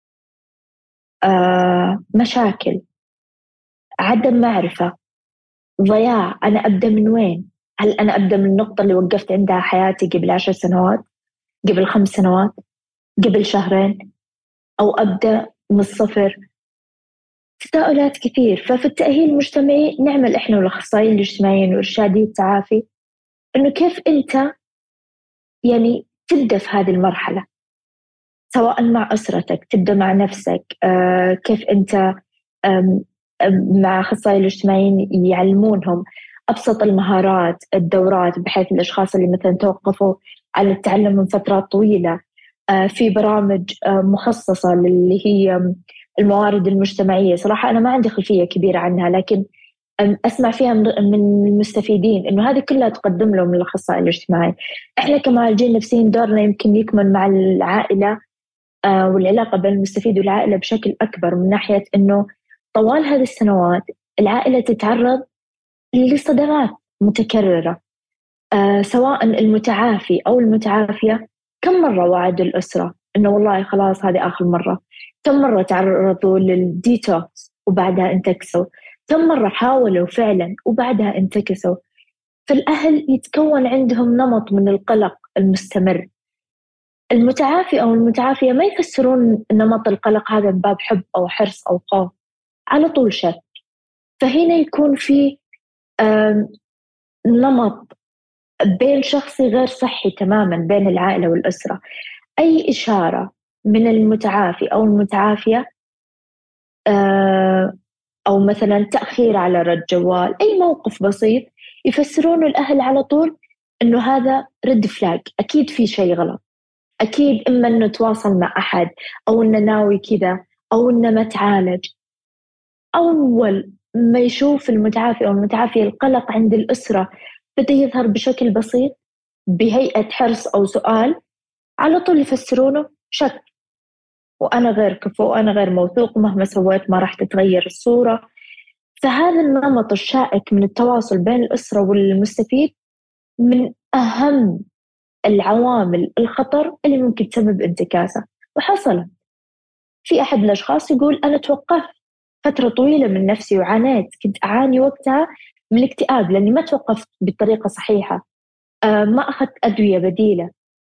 مشاكل، عدم معرفة، ضياع. أنا أبدأ من وين؟ هل أنا أبدأ من النقطة اللي وقفت عندها حياتي قبل 10 سنوات، قبل 5 سنوات، قبل شهرين، أو أبدأ من الصفر؟ تساؤلات كثير. ففي التأهيل المجتمعي نعمل إحنا والأخصائيين الاجتماعيين وإرشادي التعافي إنه كيف أنت يعني تبدأ في هذه المرحلة، سواء مع أسرتك، تبدأ مع نفسك. كيف أنت مع أخصائي الاجتماعيين يعلمونهم أبسط المهارات، الدورات، بحيث الأشخاص اللي مثلا توقفوا عن التعلم من فترات طويلة في برامج مخصصة اللي هي الموارد المجتمعية. صراحة أنا ما عندي خلفية كبيرة عنها، لكن أسمع فيها من المستفيدين إنه هذه كلها تقدم لهم الأخصائي الاجتماعي. إحنا كمعالجين نفسيين دورنا يمكن يكمن مع العائلة والعلاقة بين المستفيد والعائلة بشكل أكبر، من ناحية إنه طوال هذه السنوات العائلة تتعرض لصدمات متكررة، سواء المتعافي أو المتعافية كم مرة وعدوا الأسرة إنه والله خلاص هذه آخر مرة، كم مرة تعرضوا للديتوكس وبعدها انتكسوا، كم مرة حاولوا فعلا وبعدها انتكسوا. فالأهل يتكون عندهم نمط من القلق المستمر. المتعافي أو المتعافية ما يفسرون نمط القلق هذا بباب حب أو حرص أو خوف، على طول شك. فهنا يكون في نمط بين شخصي غير صحي تماما بين العائلة والأسرة. أي إشارة من المتعافي أو المتعافية أو مثلا تأخير على رد جوال، أي موقف بسيط يفسرون الأهل على طول إنه هذا رد فلاج، أكيد في شيء غلط، أكيد إما إنه تواصل مع أحد، أو إنه ناوي كذا، أو إنه ما تعالج. أول ما يشوف المتعافي أو المتعافية القلق عند الأسرة بدأ يظهر بشكل بسيط بهيئة حرص أو سؤال، على طول يفسرونه شك، وأنا غير كفؤ، وأنا غير موثوق، مهما سويت ما راح تتغير الصورة. فهذا النمط الشائك من التواصل بين الأسرة والمستفيد من أهم العوامل الخطر اللي ممكن تسبب انتكاسة. وحصل في أحد الأشخاص يقول أنا توقفت فترة طويلة من نفسي وعانيت، كنت أعاني وقتها من الاكتئاب لأني ما توقفت بالطريقة صحيحة، ما أخذت أدوية بديلة،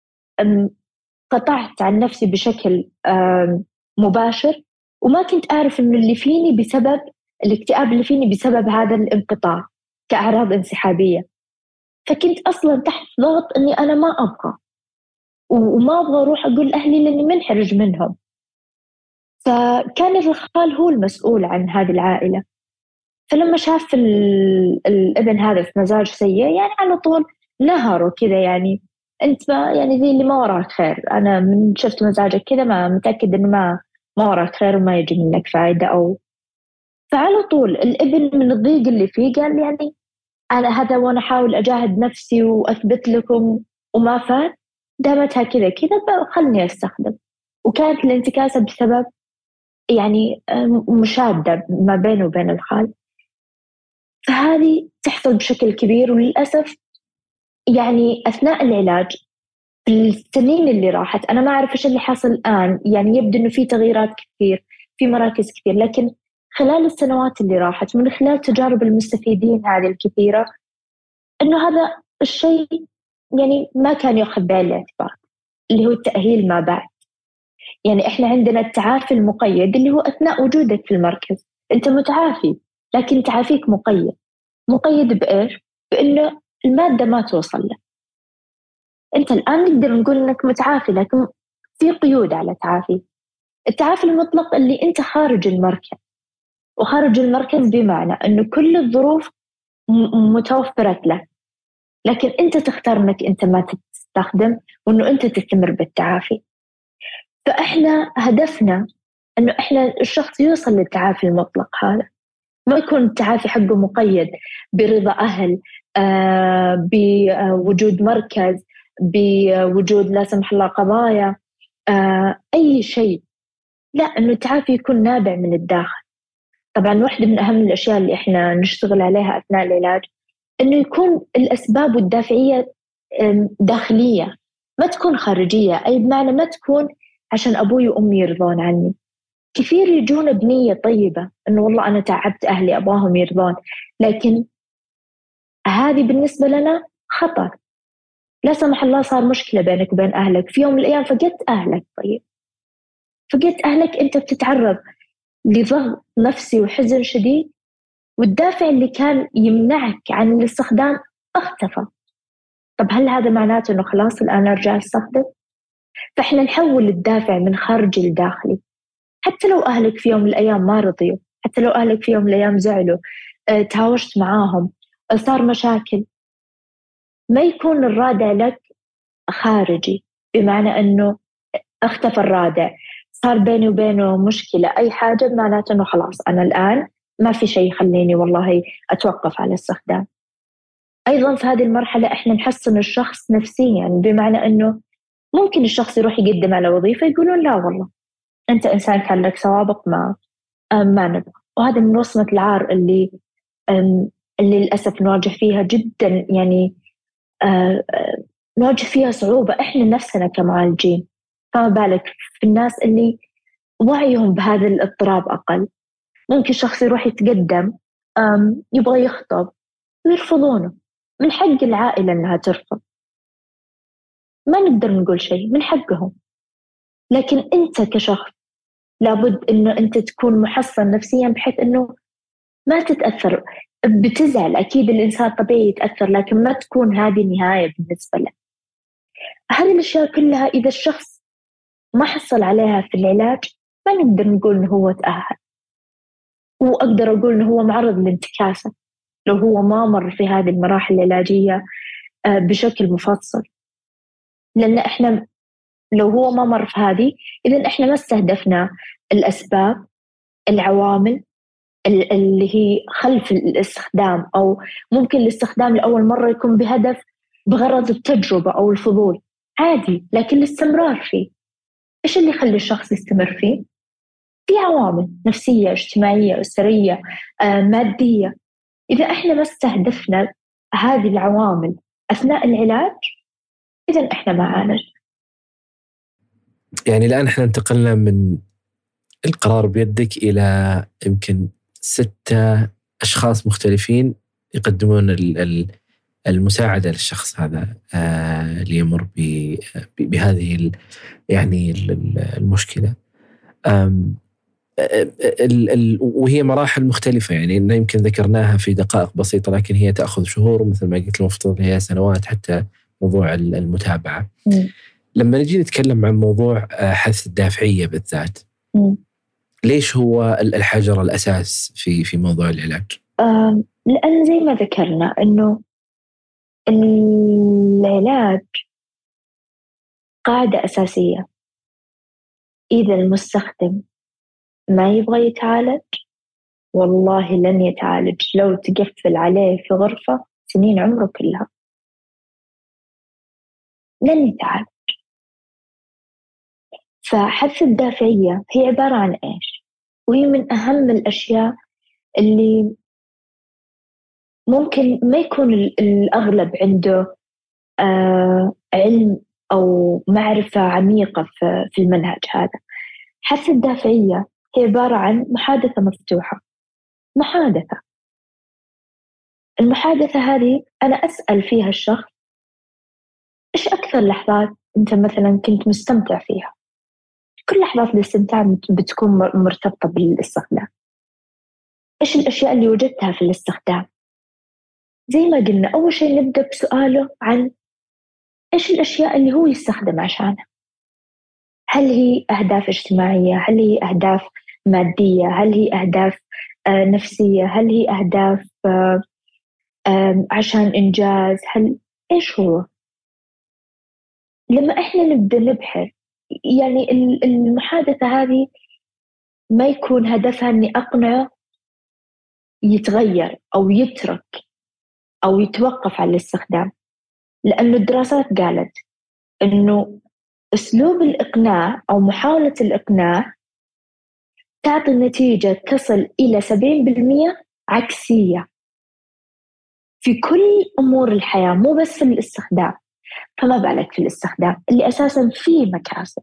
قطعت عن نفسي بشكل مباشر، وما كنت أعرف إنه اللي فيني بسبب الاكتئاب اللي فيني بسبب هذا الانقطاع كأعراض انسحابية. فكنت أصلا تحت ضغط إني أنا ما أبغى وما أبغى أروح أقول أهلي لأني منحرج منهم. فكان الخال هو المسؤول عن هذه العائلة. فلما شاف الابن هذا في مزاج سيء، يعني على طول نهره كذا، يعني أنت ما يعني زي اللي ما وراك خير، أنا من شفت مزاجك كذا ما متأكد إنه ما وراك خير وما يجي منك فائدة. أو فعلى طول الابن من الضيق اللي فيه قال يعني أنا هذا وأنا أحاول أجاهد نفسي وأثبت لكم وما فات، دامتها كذا كذا خلني أستخدم. وكانت الانتكاسة بسبب يعني مشادة ما بينه وبين الخال. فهذه تحصل بشكل كبير، وللأسف يعني أثناء العلاج في السنين اللي راحت، أنا ما أعرف إيش اللي حاصل الآن، يعني يبدو إنه في تغييرات كثير في مراكز كثير، لكن خلال السنوات اللي راحت من خلال تجارب المستفيدين هذه الكثيرة إنه هذا الشيء يعني ما كان يأخذ بعين الاعتبار، اللي هو التأهيل ما بعد. يعني إحنا عندنا التعافي المقيد اللي هو أثناء وجودك في المركز أنت متعافي، لكن تعافيك مقيد. مقيد بإيش؟ بإنه المادة ما توصل له. أنت الآن نقدر نقول إنك متعافي، لكن في قيود على تعافي. التعافي المطلق اللي أنت خارج المركز، وخارج المركز بمعنى إنه كل الظروف متوفرة لك، لكن أنت تختار إنك أنت ما تستخدم وإنه أنت تستمر بالتعافي. فإحنا هدفنا إنه إحنا الشخص يوصل للتعافي المطلق هذا، ما يكون التعافي حقه مقيد برضا أهل، بوجود مركز، بوجود لا سمح الله قضايا، أي شيء. لا، إنه التعافي يكون نابع من الداخل. طبعا واحدة من أهم الأشياء اللي إحنا نشتغل عليها أثناء العلاج إنه يكون الأسباب والدافعية داخلية، ما تكون خارجية. أي بمعنى ما تكون عشان أبوي وأمي يرضون عني. كثير يجون بنية طيبة إنه والله أنا تعبت أهلي أبغاهم يرضون، لكن هذه بالنسبة لنا خطر. لا سمح الله صار مشكلة بينك وبين أهلك في يوم من الأيام، فقدت أهلك. طيب فقدت أهلك، أنت بتتعرض لضغط نفسي وحزن شديد، والدافع اللي كان يمنعك عن الاستخدام اختفى. طب هل هذا معناته إنه خلاص الآن أرجع أستخدم؟ فإحنا نحول الدافع من خارجي لداخلي. حتى لو أهلك في يوم من الأيام ما رضيوا، حتى لو أهلك في يوم من الأيام زعلوا، تهاوشت معاهم، صار مشاكل، ما يكون الرادع لك خارجي، بمعنى أنه اختفى الرادع، صار بيني وبينه مشكلة أي حاجة، معناته أنه خلاص أنا الآن ما في شيء يخليني والله أتوقف على الاستخدام. أيضا في هذه المرحلة إحنا نحسن الشخص نفسيا، بمعنى أنه ممكن الشخص يروح يقدم على وظيفة يقولون لا والله أنت إنسان كان لك سوابق ما نبغى. وهذا من وصمة العار اللي للأسف نواجه فيها جدا، يعني نواجه فيها صعوبة إحنا نفسنا كمعالجين، فما بالك في الناس اللي وعيهم بهذا الاضطراب أقل. ممكن شخص يروح يتقدم يبغى يخطب ويرفضونه، من حق العائلة أنها ترفض، ما نقدر نقول شيء، من حقهم. لكن أنت كشخص لابد أنه أنت تكون محصن نفسيا بحيث أنه ما تتأثر. بتزعل أكيد، الإنسان طبيعي يتأثر، لكن ما تكون هذه النهاية بالنسبة له. هذه الأشياء كلها إذا الشخص ما حصل عليها في العلاج ما نقدر نقول إنه هو تأهل. وأقدر أقول إنه هو معرض للانتكاسة لو هو ما مر في هذه المراحل العلاجية بشكل مفصل. لأن إحنا لو هو ما مر في هذه، إذن إحنا ما استهدفنا الأسباب، العوامل اللي هي خلف الاستخدام، أو ممكن الاستخدام لأول مرة يكون بهدف بغرض التجربة أو الفضول عادي، لكن الاستمرار فيه إيش اللي يخلي الشخص يستمر فيه؟ في عوامل نفسية، اجتماعية، أسرية، مادية. إذا إحنا ما استهدفنا هذه العوامل أثناء العلاج، إذن إحنا ما عالجنا. يعني الآن إحنا انتقلنا من القرار بيدك إلى يمكن 6 أشخاص مختلفين يقدمون المساعدة للشخص هذا اللي يمر بهذه يعني المشكلة. وهي مراحل مختلفة، يعني إن يمكن ذكرناها في دقائق بسيطة، لكن هي تأخذ شهور، مثل ما قلت المفترض هي سنوات حتى موضوع المتابعة. لما نجي نتكلم عن موضوع حث الدافعية بالذات، ليش هو الحجر الأساس في موضوع العلاج؟ لأن زي ما ذكرنا إنه العلاج قاعدة أساسية: إذا المستخدم ما يبغى يتعالج، والله لن يتعالج لو تقفل عليه في غرفة سنين عمره كلها، لن يتعالج. فحث الدافعية هي عبارة عن إيش؟ وهي من أهم الأشياء اللي ممكن ما يكون الأغلب عنده علم أو معرفة عميقة في المنهج هذا. حث الدافعية هي عبارة عن محادثة مفتوحة. محادثة، المحادثة هذه أنا أسأل فيها الشخص: إيش أكثر لحظات أنت مثلا كنت مستمتع فيها؟ كل لحظات الاستمتاع بتكون مرتبطة بالاستخدام. إيش الأشياء اللي وجدتها في الاستخدام؟ زي ما قلنا، أول شيء نبدأ بسؤاله عن إيش الأشياء اللي هو يستخدم عشانها. هل هي أهداف اجتماعية؟ هل هي أهداف مادية؟ هل هي أهداف نفسية؟ هل هي أهداف عشان إنجاز؟ إيش هو؟ لما إحنا نبدأ نبحث، يعني المحادثة هذه ما يكون هدفها إني أقنعه يتغير أو يترك أو يتوقف عن الاستخدام، لأنه الدراسات قالت إنه أسلوب الإقناع أو محاولة الإقناع تعطي نتيجة تصل إلى 70% عكسية في كل أمور الحياة، مو بس في الاستخدام. فما بالك في الاستخدام اللي أساساً فيه مكاسب.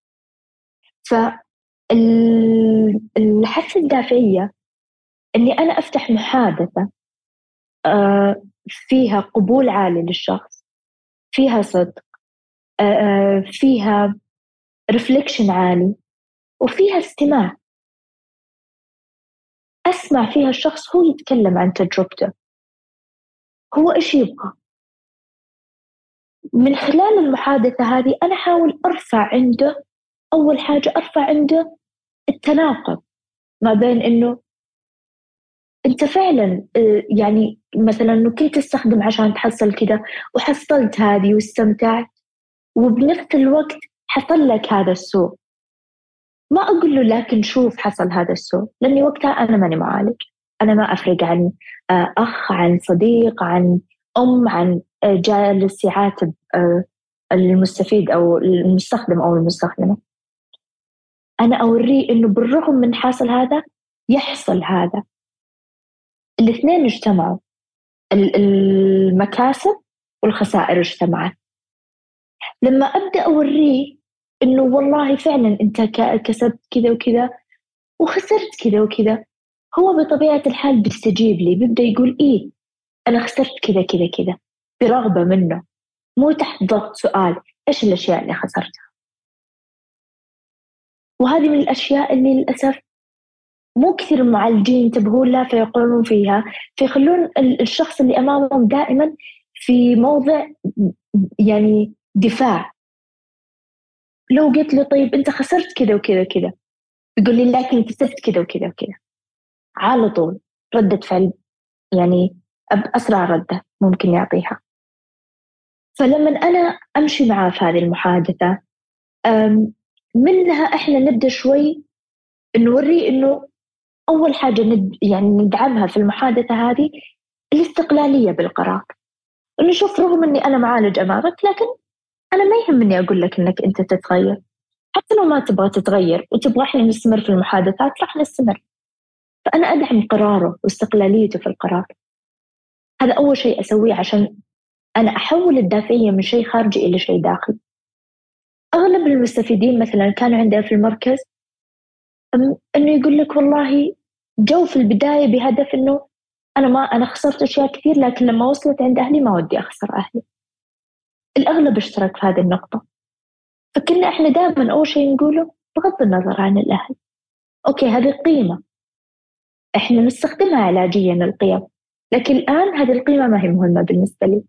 فالحث الدافعية أني أنا أفتح محادثة فيها قبول عالي للشخص، فيها صدق، فيها ريفليكشن عالي، وفيها استماع. أسمع فيها الشخص هو يتكلم عن تجربته، هو إيش يبغى. من خلال المحادثة هذه أنا أحاول أرفع عنده، أول حاجة أرفع عنده التناقض ما بين إنه أنت فعلا يعني مثلا إنه كنت تستخدم عشان تحصل كده وحصلت هذه واستمتعت، وبنفس الوقت حصل لك هذا السوء. ما أقول له لكن شوف حصل هذا السوء، لأني وقتها أنا ماني معالج، أنا ما أفرق عن أخ، عن صديق، عن عن جالس يعاتب المستفيد أو المستخدم أو المستخدمة. أنا أوريه إنه بالرغم من حاصل هذا يحصل هذا، الاثنين اجتمعوا، المكاسب والخسائر اجتمعت. لما أبدأ أوريه إنه والله فعلا أنت كسبت كذا وكذا وخسرت كذا وكذا، هو بطبيعة الحال بيستجيب لي، بيبدأ يقول إيه أنا خسرت كذا كذا كذا، برغبة منه، مو تحت ضغط سؤال إيش الأشياء اللي خسرتها. وهذه من الأشياء اللي للأسف مو كثير المعالجين ينتبهون لها فيقعون فيها، فيخلون الشخص اللي أمامهم دائما في موضع يعني دفاع. لو قلت له طيب أنت خسرت كذا وكذا كذا، يقول لي لكن كسبت كذا وكذا وكذا، على طول ردة فعل، يعني أسرع ردة ممكن يعطيها. فلما أنا أمشي معاه في هذه المحادثة، منها إحنا نبدأ شوي نوريه إنه أول حاجة يعني ندعمها في المحادثة هذه الاستقلالية بالقرار. إنه شوف، رغم إني أنا معالج أمامك، لكن أنا ما يهمني أقول لك إنك أنت تتغير. حتى لو ما تبغى تتغير وتبغى إحنا نستمر في المحادثات، راح نستمر. فأنا أدعم قراره واستقلاليته في القرار. هذا أول شيء أسويه عشان أنا أحول الدافعية من شيء خارجي إلى شيء داخلي. أغلب المستفيدين مثلا كانوا عندنا في المركز إنه يقول لك والله جو في البداية بهدف إنه أنا خسرت أشياء كثير، لكن لما وصلت عند أهلي ما ودي أخسر أهلي. الأغلب اشترك في هذه النقطة. فكنا إحنا دائما أول شيء نقوله بغض النظر عن الأهل، أوكي هذه القيمة إحنا نستخدمها علاجيا، القيم، لكن الآن هذه القيمة ما هي مهمة بالنسبة لي.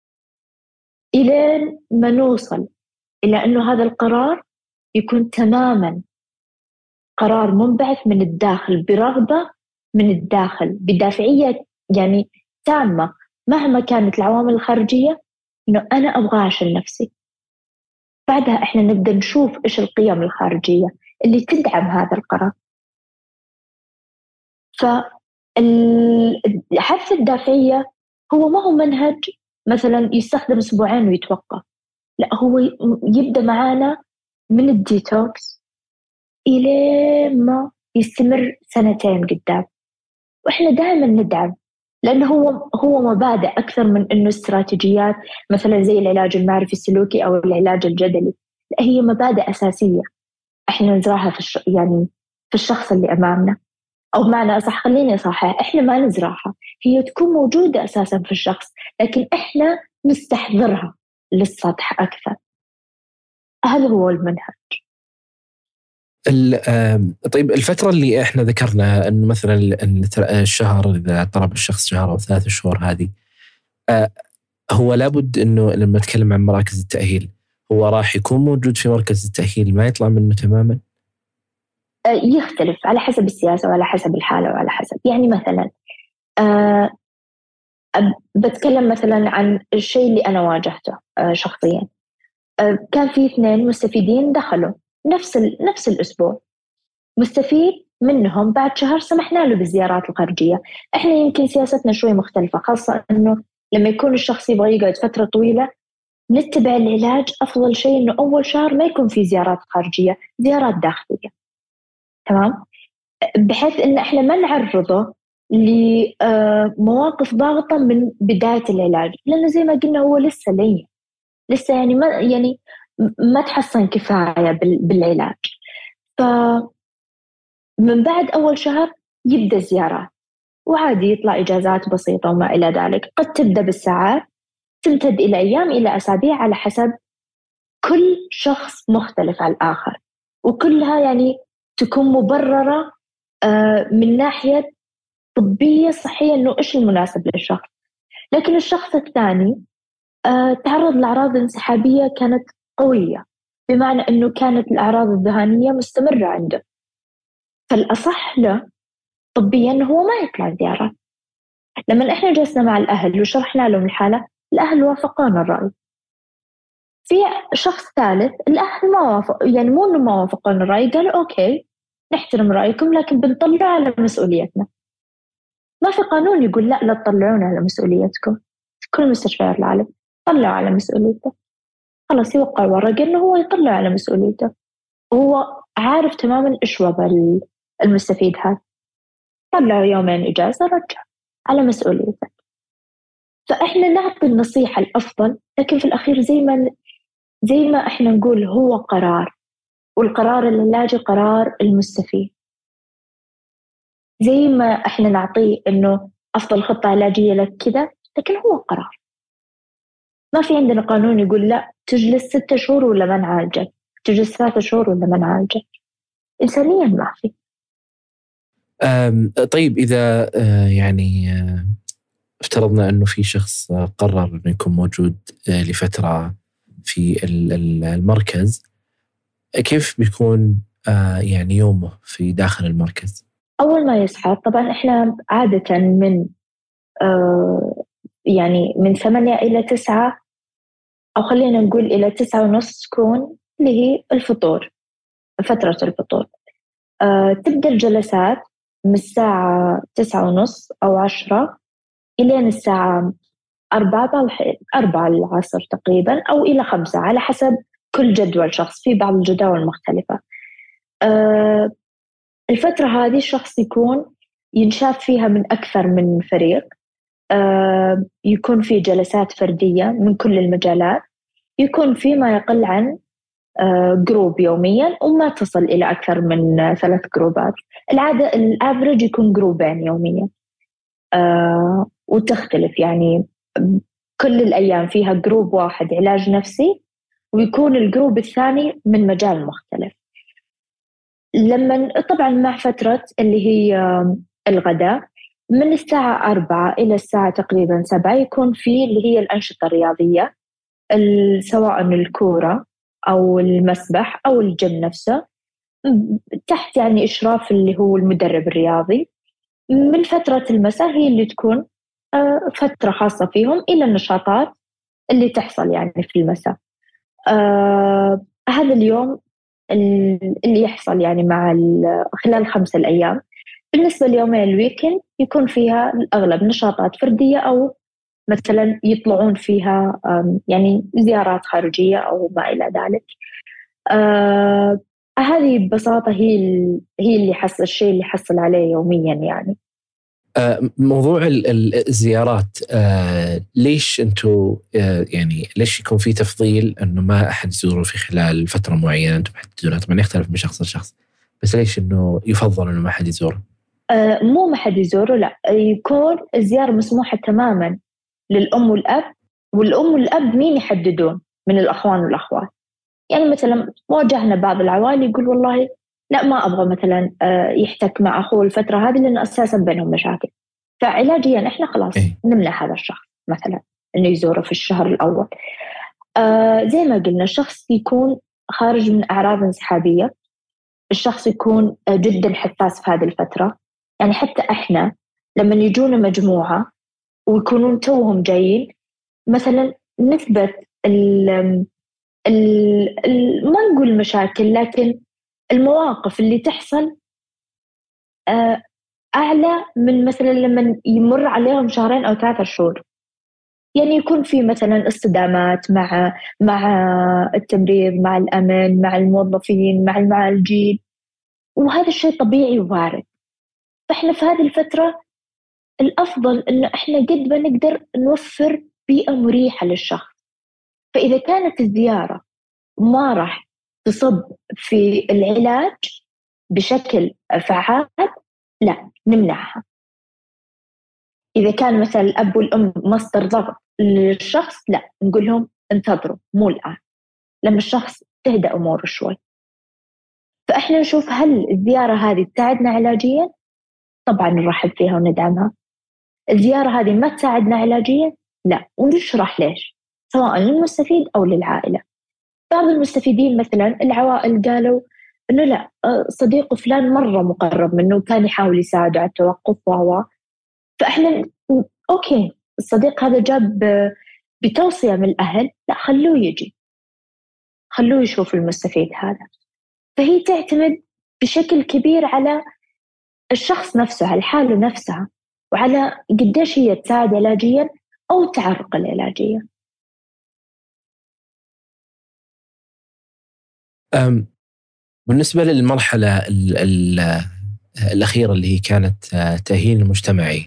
إلى ما نوصل إلى أنه هذا القرار يكون تماما قرار منبعث من الداخل، برغبة من الداخل، بدافعية يعني تامة، مهما كانت العوامل الخارجية، إنه أنا أبغى عشان نفسي. بعدها إحنا نبدأ نشوف إيش القيم الخارجية اللي تدعم هذا القرار. فالحث الدافعية هو ما هو منهج مثلا يستخدم أسبوعين ويتوقف، لا، هو يبدأ معانا من الديتوكس إلى ما يستمر سنتين قدام، وإحنا دائما ندعم، لأنه هو مبادئ أكثر من إنه استراتيجيات مثلا زي العلاج المعرفي السلوكي أو العلاج الجدلي. لا، هي مبادئ أساسية إحنا نزرعها يعني في الشخص اللي أمامنا، أو بمعنى أصح خليني أصحح، إحنا ما نزرعها، هي تكون موجودة أساسا في الشخص، لكن إحنا نستحضرها للسطح أكثر. هذا هو المنهج. طيب الفترة اللي احنا ذكرنا انه مثلا الشهر، اذا طلب الشخص شهر او 3 شهور، هذه هو لابد انه لما نتكلم عن مراكز التأهيل هو راح يكون موجود في مركز التأهيل ما يطلع منه تماما؟ يختلف على حسب السياسة وعلى حسب الحالة وعلى حسب، يعني مثلا بتكلم مثلا عن الشيء اللي أنا واجهته شخصيا. كان في 2 مستفيدين دخلوا نفس الأسبوع، مستفيد منهم بعد شهر سمحنا له بالزيارات الخارجية. إحنا يمكن سياستنا شوي مختلفة، خاصة أنه لما يكون الشخص يبغى يقعد فترة طويلة نتبع العلاج. أفضل شيء أنه أول شهر ما يكون في زيارات خارجية، زيارات داخلية، تمام، بحيث أن إحنا ما نعرضه لمواقف ضاغطة من بداية العلاج، لأنه زي ما قلنا هو لسه لين، لسه يعني ما تحسن كفاية بالعلاج. فمن بعد أول شهر يبدأ زيارات، وعادي يطلع إجازات بسيطة وما إلى ذلك، قد تبدأ بالساعات تمتد إلى أيام إلى أسابيع على حسب كل شخص مختلف عن الآخر، وكلها يعني تكون مبررة من ناحية طبية صحية إنه إيش المناسب للشخص. لكن الشخص الثاني تعرض لأعراض انسحابية كانت قوية، بمعنى إنه كانت الأعراض الذهانية مستمرة عنده، فالأصح له طبيا إنه هو ما يطلع زيارة. لما إحنا جلسنا مع الأهل وشرحنا لهم الحالة، الأهل وافقونا الرأي. في شخص ثالث الأهل ما وافق، يعني مو إنه ما وافقونا الرأي، قالوا أوكي نحترم رأيكم لكن بنطلع على مسؤوليتنا. ما في قانون يقول لا تطلعون على مسؤوليتكم، في كل مستشفيات العالم طلعوا على مسؤوليته، خلاص يوقع ورقة إنه هو يطلع على مسؤوليته، وهو عارف تماما إيش وضع المستفيد هذا. طلعوا 2 إجازة، رجع على مسؤوليته. فإحنا نعطي النصيحة الأفضل، لكن في الأخير زي ما إحنا نقول هو قرار، والقرار العلاجي قرار المستفيد. زي ما إحنا نعطيه إنه أفضل خطة علاجية لك كذا، لكن هو قرار. ما في عندنا قانون يقول لا تجلس 6 شهور ولا ما نعالجك، تجلس 3 شهور ولا ما نعالجك. إنسانيا ما في. طيب إذا يعني افترضنا أنه في شخص قرر أنه يكون موجود لفترة في المركز، كيف بيكون يعني يومه في داخل المركز؟ أول ما يصحى طبعا إحنا عادة يعني من 8 إلى 9، أو خلينا نقول إلى 9:30 تكون اللي هي الفطور، فترة الفطور. تبدأ الجلسات من الساعة 9:30 أو 10 إلى الساعة 4 العصر تقريبا، أو إلى 5 على حسب كل جدول شخص، في بعض الجداول المختلفة. الفترة هذه الشخص يكون ينشاف فيها من أكثر من فريق، يكون في جلسات فردية من كل المجالات، يكون في ما يقل عن جروب يوميا، وما تصل إلى أكثر من 3 جروبات. العادة الأفريج يكون 2 جروبين يوميا، وتختلف يعني كل الأيام فيها جروب واحد علاج نفسي، ويكون الجروب الثاني من مجال مختلف. لما طبعا مع فترة اللي هي الغداء من الساعة 4 إلى الساعة تقريبا 7 يكون في اللي هي الأنشطة الرياضية، سواء الكورة أو المسبح أو الجيم نفسه، تحت يعني إشراف اللي هو المدرب الرياضي. من فترة المساء هي اللي تكون فترة خاصة فيهم إلى النشاطات اللي تحصل يعني في المساء. هذا اليوم اللي يحصل يعني خلال 5 أيام. بالنسبة ليومين الويكند يكون فيها الأغلب نشاطات فردية أو مثلا يطلعون فيها يعني زيارات خارجية أو ما إلى ذلك. هذه ببساطة هي اللي الشيء اللي حصل عليه يوميا يعني. موضوع الزيارات، ليش أنتوا يعني ليش يكون في تفضيل أنه ما أحد يزوره في خلال فترة معينة أنتم محددونها؟ طبعا يختلف من شخص لشخص، بس ليش أنه يفضل أنه ما أحد يزوره؟ مو ما حد يزوره، لا، يكون الزيارة مسموحة تماما للأم والأب. والأم والأب مين يحددون من الأخوان والأخوات؟ يعني مثلا واجهنا بعض العوائل يقول والله لا ما أبغى مثلا يحتك مع أخوه الفترة هذه لأنه أساسا بينهم مشاكل، فعلاجيا إحنا خلاص نمنع هذا الشخص مثلا إنه يزوره في الشهر الأول. زي ما قلنا الشخص يكون خارج من أعراض انسحابية، الشخص يكون جدا حساس في هذه الفترة. يعني حتى إحنا لما يجونا مجموعة ويكونون توهم جايين مثلا نثبت ما نقول مشاكل، لكن المواقف اللي تحصل أعلى من مثلا لما يمر عليهم 2 أو 3 شهور. يعني يكون في مثلا اصطدامات مع التمريض، مع الأمن، مع الموظفين، مع المعالجين، وهذا الشيء طبيعي ووارد. فإحنا في هذه الفترة الأفضل إنه إحنا قد ما نقدر نوفر بيئة مريحة للشخص. فإذا كانت الزيارة ما راح تصب في العلاج بشكل فعال، لا نمنعها. إذا كان مثلا الأب والأم مصدر ضغط للشخص، لا نقول لهم انتظروا، مو الآن، لما الشخص تهدأ أموره شوي. فإحنا نشوف هل الزيارة هذه تساعدنا علاجيا؟ طبعا نرحب فيها وندعمها. الزيارة هذه ما تساعدنا علاجيا؟ لا، ونشرح ليش، سواء للمستفيد أو للعائلة. بعض المستفيدين مثلا العوائل قالوا إنه لا، صديقه فلان مرة مقرب منه كان يحاول يساعده على التوقف فإحنا أوكي، الصديق هذا جاب بتوصية من الأهل، لا خلوه يجي، خلوه يشوف المستفيد هذا. فهي تعتمد بشكل كبير على الشخص نفسه، على الحالة نفسها، وعلى قديش هي تساعد علاجيا أو تعرقل علاجيا. بالنسبة للمرحلة الأخيرة اللي هي كانت تأهيل المجتمعي،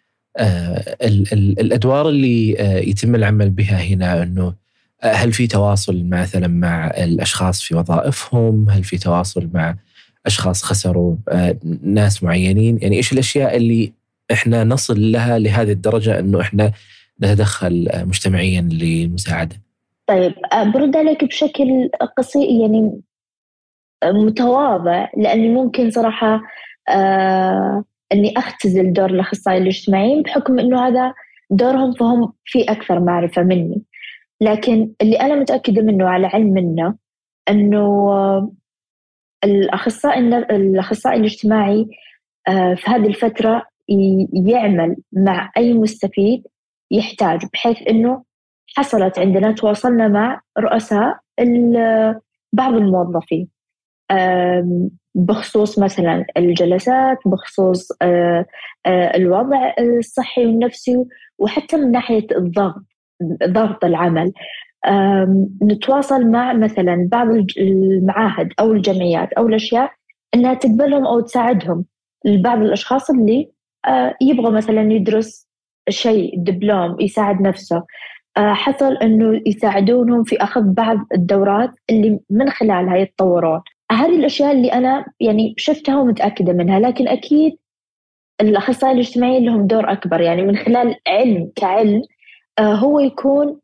الأدوار اللي يتم العمل بها هنا أنه هل في تواصل مثلا مع الأشخاص في وظائفهم؟ هل في تواصل مع أشخاص خسروا ناس معينين؟ يعني إيش الأشياء اللي إحنا نصل لها لهذه الدرجة أنه إحنا نتدخل مجتمعيا للمساعدة؟ طيب برد عليك بشكل قصير يعني متواضع، لأني ممكن صراحة أني أختزل دور الأخصائيين الاجتماعيين بحكم أنه هذا دورهم، فهم في أكثر معرفة مني. لكن اللي أنا متأكدة منه على علم منه أنه الأخصائي الاجتماعي في هذه الفترة يعمل مع أي مستفيد يحتاج، بحيث أنه حصلت عندنا تواصلنا مع رؤساء بعض الموظفين بخصوص مثلا الجلسات، بخصوص الوضع الصحي والنفسي، وحتى من ناحية ضغط العمل. نتواصل مع مثلا بعض المعاهد أو الجمعيات أو الأشياء أنها تقبلهم أو تساعدهم، لبعض الأشخاص اللي يبغى مثلا يدرس شيء دبلوم يساعد نفسه، حصل أنه يساعدونهم في أخذ بعض الدورات اللي من خلالها يتطورون. هذه الأشياء اللي أنا يعني شفتها ومتأكدة منها. لكن أكيد الأخصائيين الاجتماعيين لهم دور أكبر، يعني من خلال علم كعلم هو يكون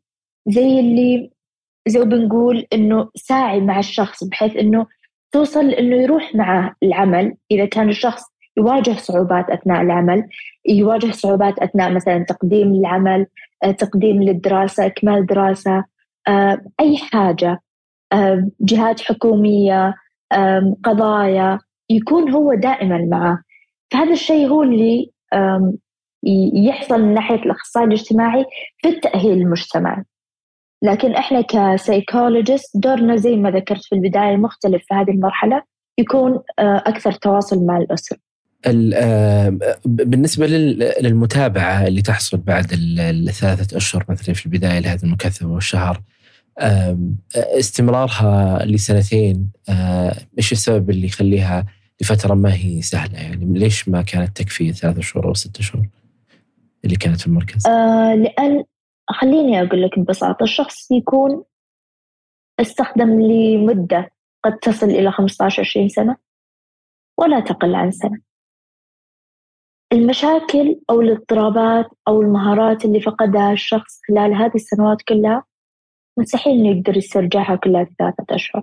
زي بنقول إنه ساعي مع الشخص، بحيث إنه توصل إنه يروح معه العمل. إذا كان الشخص يواجه صعوبات أثناء العمل، يواجه صعوبات أثناء مثلا تقديم العمل، تقديم للدراسة، إكمال دراسة، أي حاجة، جهات حكومية، قضايا، يكون هو دائما معه. فهذا الشيء هو اللي يحصل من ناحية الأخصائي الاجتماعي في التأهيل المجتمعي. لكن إحنا كسايكولوجيست دورنا زي ما ذكرت في البداية مختلف في هذه المرحلة، يكون أكثر تواصل مع الأسرة. بالنسبة للمتابعة اللي تحصل بعد ال3 أشهر مثلا في البداية لهذه المكثفة والشهر، استمرارها لسنتين، إيش السبب اللي يخليها لفترة ما هي سهلة؟ يعني ليش ما كانت تكفي 3 شهور أو 6 شهور اللي كانت في المركز؟ لأن خليني أقول لك ببساطة، الشخص يكون استخدم لمدة قد تصل إلى 15-20 سنة ولا تقل عن سنة. المشاكل أو الاضطرابات أو المهارات اللي فقدها الشخص خلال هذه السنوات كلها مستحيل إنه يقدر يسترجعها كلها في 3 أشهر.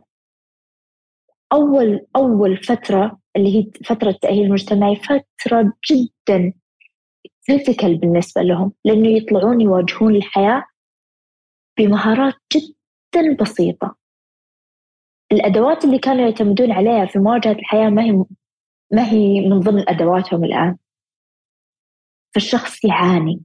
أول فترة اللي هي فترة التأهيل المجتمعي فترة جدا كريتيكال بالنسبة لهم، لأنه يطلعون يواجهون الحياة بمهارات جدا بسيطة. الأدوات اللي كانوا يعتمدون عليها في مواجهة الحياة ما هي من ضمن أدواتهم الآن. فالشخص يعاني،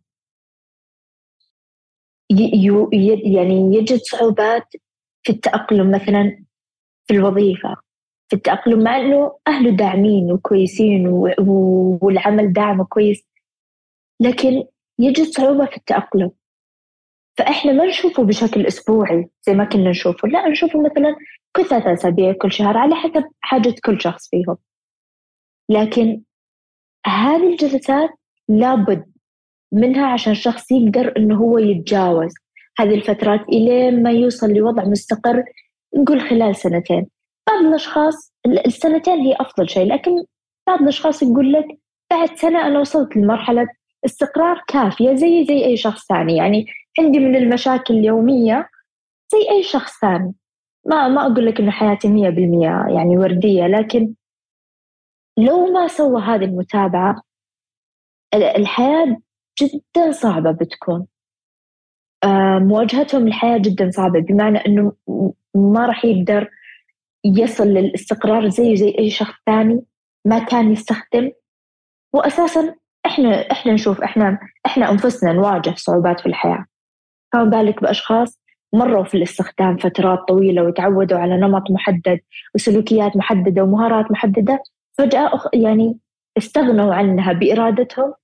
يعني يجد صعوبات في التأقلم مثلا في الوظيفة، في التأقلم مع أنه أهله داعمين وكويسين والعمل داعم كويس، لكن يجد صعوبة في التأقلم. فإحنا ما نشوفه بشكل أسبوعي زي ما كنا نشوفه، لا نشوفه مثلا كل 3 أسابيع، كل شهر، على حسب حاجة كل شخص فيهم. لكن هذه الجلسات لابد منها عشان الشخص يقدر إنه هو يتجاوز هذه الفترات إلى ما يوصل لوضع مستقر، نقول خلال 2 بعض الأشخاص السنتين هي أفضل شيء، لكن بعض الأشخاص يقول لك بعد سنة أنا وصلت لمرحلة استقرار كافية زي أي شخص ثاني. يعني عندي من المشاكل اليومية زي أي شخص ثاني، ما أقول لك إنه حياتي 100% يعني وردية، لكن لو ما سوى هذه المتابعة الحياة جدا صعبة بتكون. مواجهتهم الحياة جدا صعبة، بمعنى أنه ما راح يقدر يصل للاستقرار زي أي شخص ثاني ما كان يستخدم. وأساسا إحنا نشوف إحنا أنفسنا نواجه صعوبات في الحياة، فما بالك بأشخاص مروا في الاستخدام فترات طويلة وتعودوا على نمط محدد وسلوكيات محددة ومهارات محددة، فجأة يعني استغنوا عنها بإرادتهم.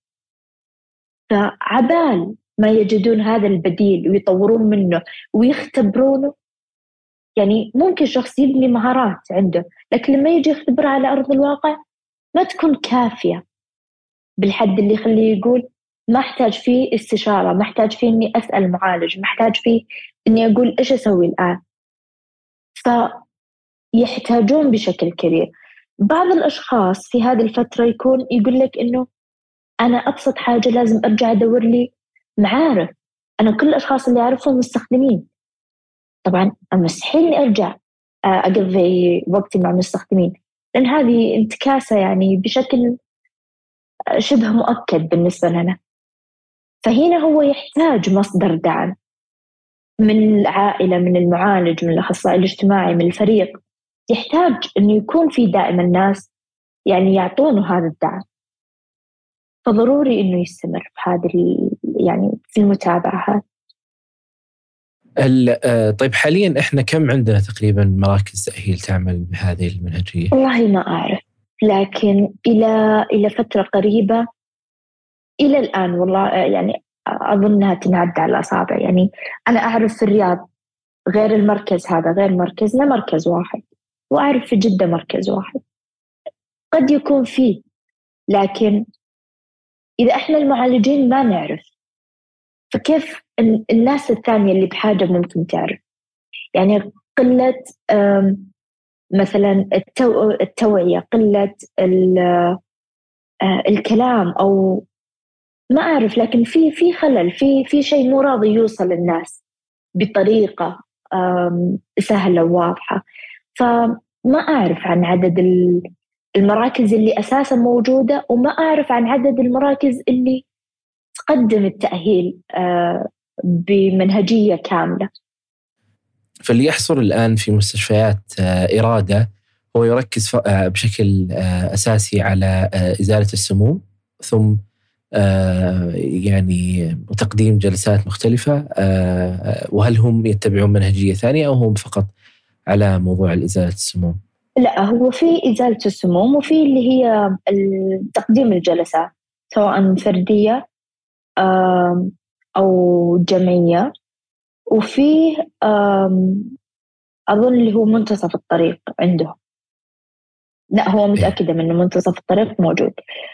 فعبال ما يجدون هذا البديل ويطورون منه ويختبرونه، يعني ممكن شخص يبني مهارات عنده، لكن لما يجي يختبرها على أرض الواقع ما تكون كافية بالحد اللي يخليه يقول ما أحتاج فيه استشارة، ما أحتاج فيه إني أسأل معالج، ما أحتاج فيه إني أقول إيش أسوي الآن. فيحتاجون بشكل كبير. بعض الأشخاص في هذه الفترة يقول لك إنه أنا أبسط حاجة لازم أرجع أدور لي معارف. أنا كل الأشخاص اللي أعرفهم مستخدمين، طبعا مستحيل إني أرجع أقضي وقتي مع مستخدمين، لأن هذه انتكاسة يعني بشكل شبه مؤكد بالنسبة لنا. فهنا هو يحتاج مصدر دعم من العائلة، من المعالج، من الأخصائي الاجتماعي، من الفريق. يحتاج أنه يكون في دائما ناس يعني يعطونه هذا الدعم. فضروري أنه يستمر في يعني في المتابعة هذه. طيب حاليا إحنا كم عندنا تقريبا مراكز تأهيل تعمل بهذه المنهجية؟ والله ما أعرف، لكن إلى فترة قريبة إلى الآن والله يعني أظنها تنعد على الأصابع. يعني أنا أعرف في الرياض غير المركز هذا، غير مركزنا مركز واحد، وأعرف في جدة مركز واحد. قد يكون فيه، لكن إذا إحنا المعالجين ما نعرف، فكيف الناس الثانية اللي بحاجة ممكن تعرف؟ يعني قلة مثلا التوعية، قلة الكلام، أو ما أعرف، لكن في خلل، في شيء مو راضي يوصل للناس بطريقة سهلة وواضحة. فما أعرف عن عدد المراكز اللي أساسا موجودة، وما أعرف عن عدد المراكز اللي تقدم التأهيل بمنهجية كاملة. فاللي يحصل الآن في مستشفيات إرادة هو يركز بشكل أساسي على إزالة السموم، ثم يعني تقديم جلسات مختلفة، وهل هم يتبعون منهجية ثانية أو هم فقط على موضوع إزالة السموم؟ لا، هو في إزالة السموم وفي اللي هي تقديم الجلسات سواء فردية أو جمعية، وفي أظن اللي هو منتصف الطريق عندهم. لا، هو متأكدة من إنه منتصف الطريق موجود.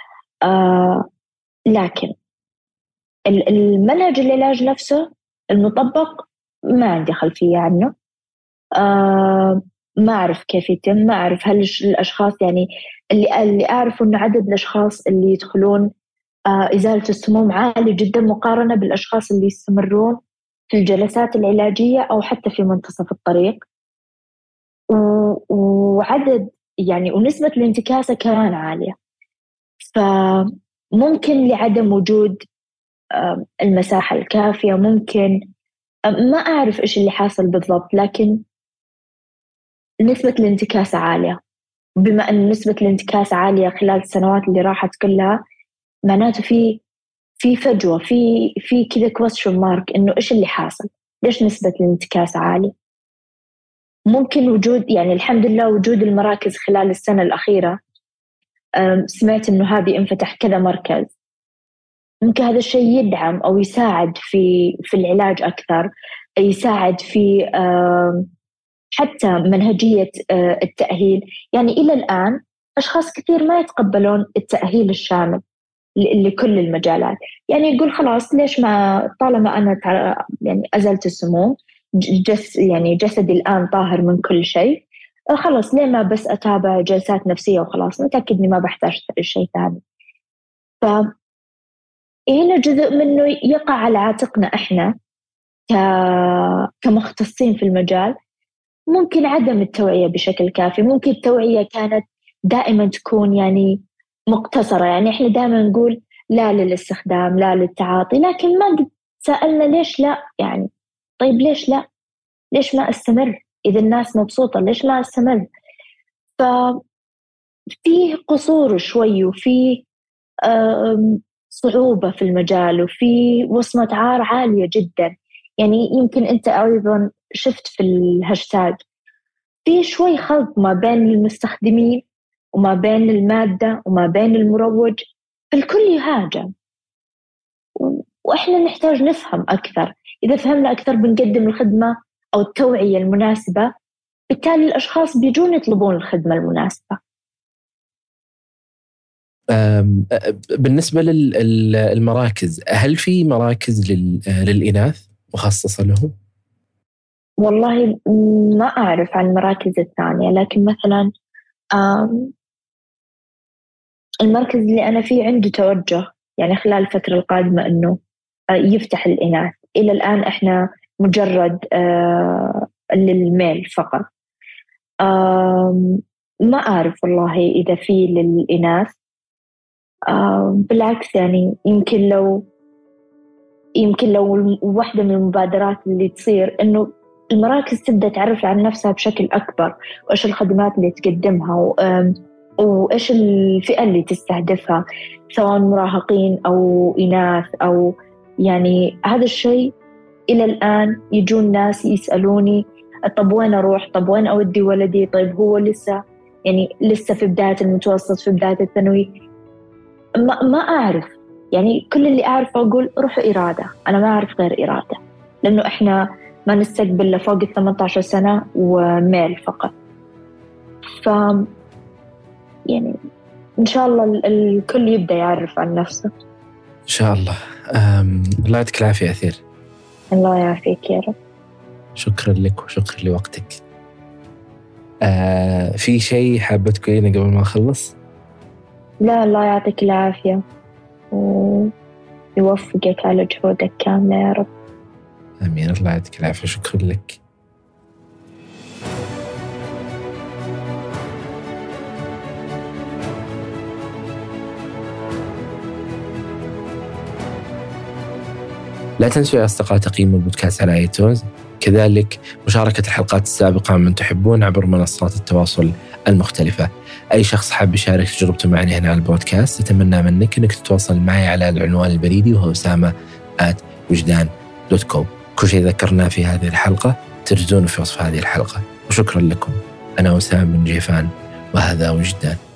لكن المنهج العلاج نفسه المطبق ما عندي خلفية عنه. ما أعرف كيف يتم، ما أعرف هل الأشخاص يعني اللي أعرفه إنه عدد الأشخاص اللي يدخلون إزالة السموم عالي جدا مقارنة بالأشخاص اللي يستمرون في الجلسات العلاجية أو حتى في منتصف الطريق. وعدد يعني ونسبة الانتكاسة كمان عالية. فممكن لعدم وجود المساحة الكافية، ممكن ما أعرف إيش اللي حاصل بالضبط، لكن نسبة الانتكاسة عالية. بما أن نسبة الانتكاسة عالية خلال السنوات اللي راحت كلها، معناته في فجوة، في كذا question mark إنه إيش اللي حاصل، ليش نسبة الانتكاسة عالية. ممكن وجود يعني الحمد لله وجود المراكز خلال السنة الأخيرة. سمعت إنه هذه انفتح كذا مركز، ممكن هذا الشيء يدعم أو يساعد في العلاج أكثر، يساعد في حتى منهجية التأهيل. يعني إلى الآن أشخاص كثير ما يتقبلون التأهيل الشامل لكل المجالات. يعني يقول خلاص ليش ما طالما أنا يعني أزلت السموم، يعني جسدي الآن طاهر من كل شيء، خلاص ليه ما بس أتابع جلسات نفسية وخلاص، متأكد إني ما بحتاج شيء ثاني. فهنا جزء منه يقع على عاتقنا إحنا كمختصين في المجال. ممكن عدم التوعية بشكل كافي، ممكن التوعية كانت دائما تكون يعني مقتصرة. يعني إحنا دائما نقول لا للاستخدام، لا للتعاطي، لكن ما قد سألنا ليش لا. يعني طيب ليش لا؟ ليش ما أستمر؟ إذا الناس مبسوطة ليش ما أستمر؟ ففيه قصور شوي، وفيه صعوبة في المجال، وفي وصمة عار عالية جدا. يعني يمكن أنت أيضا شفت في الهاشتاج في شوي خلط ما بين المستخدمين وما بين المادة وما بين المروج، الكل يهاجم. وإحنا نحتاج نفهم أكثر. إذا فهمنا أكثر بنقدم الخدمة أو التوعية المناسبة، بالتالي الأشخاص بيجون يطلبون الخدمة المناسبة. بالنسبة للمراكز، هل في مراكز للإناث مخصصة لهم؟ والله ما أعرف عن المراكز الثانية، لكن مثلا المركز اللي أنا فيه عنده توجه يعني خلال الفترة القادمة أنه يفتح الإناث. إلى الآن إحنا مجرد للميل فقط. ما أعرف والله إذا في للإناث. بالعكس، يعني يمكن لو واحدة من المبادرات اللي تصير إنه المراكز تبدأ تعرف عن نفسها بشكل أكبر، وإيش الخدمات اللي تقدمها، وإيش الفئة اللي تستهدفها، سواء مراهقين أو إناث أو يعني هذا الشيء. إلى الآن يجون ناس يسألوني طب وين أروح، طب وين أودي ولدي، طيب هو لسه في بداية المتوسط، في بداية الثانوي، ما أعرف. يعني كل اللي أعرفه أقول روحوا إرادة. أنا ما أعرف غير إرادة، لأنه إحنا ما نستقبل لفوق 18 سنة وميل فقط. يعني إن شاء الله الكل يبدأ يعرف عن نفسه إن شاء الله. الله يعطيك العافية أثير. الله يعافيك يا رب. شكرا لك وشكرا لوقتك. في شيء حابة تقولينه قبل ما أخلص؟ لا، الله يعطيك العافية ويوفقك على جهودك كاملة يا رب. آمين. الله يعطيك العافية. شكرا لك. لا تنسوا يا أصدقاء تقييموا البودكاست على آيتونز. كذلك مشاركة الحلقات السابقة من تحبون عبر منصات التواصل المختلفة. أي شخص حاب يشارك تجربته معي هنا على البودكاست أتمنى منك أنك تتواصل معي على العنوان البريدي وهو usama@wujdan.com. كل شيء ذكرناه في هذه الحلقة تجدونه في وصف هذه الحلقة. وشكرا لكم. أنا أسامة بن جيفان وهذا وجدان.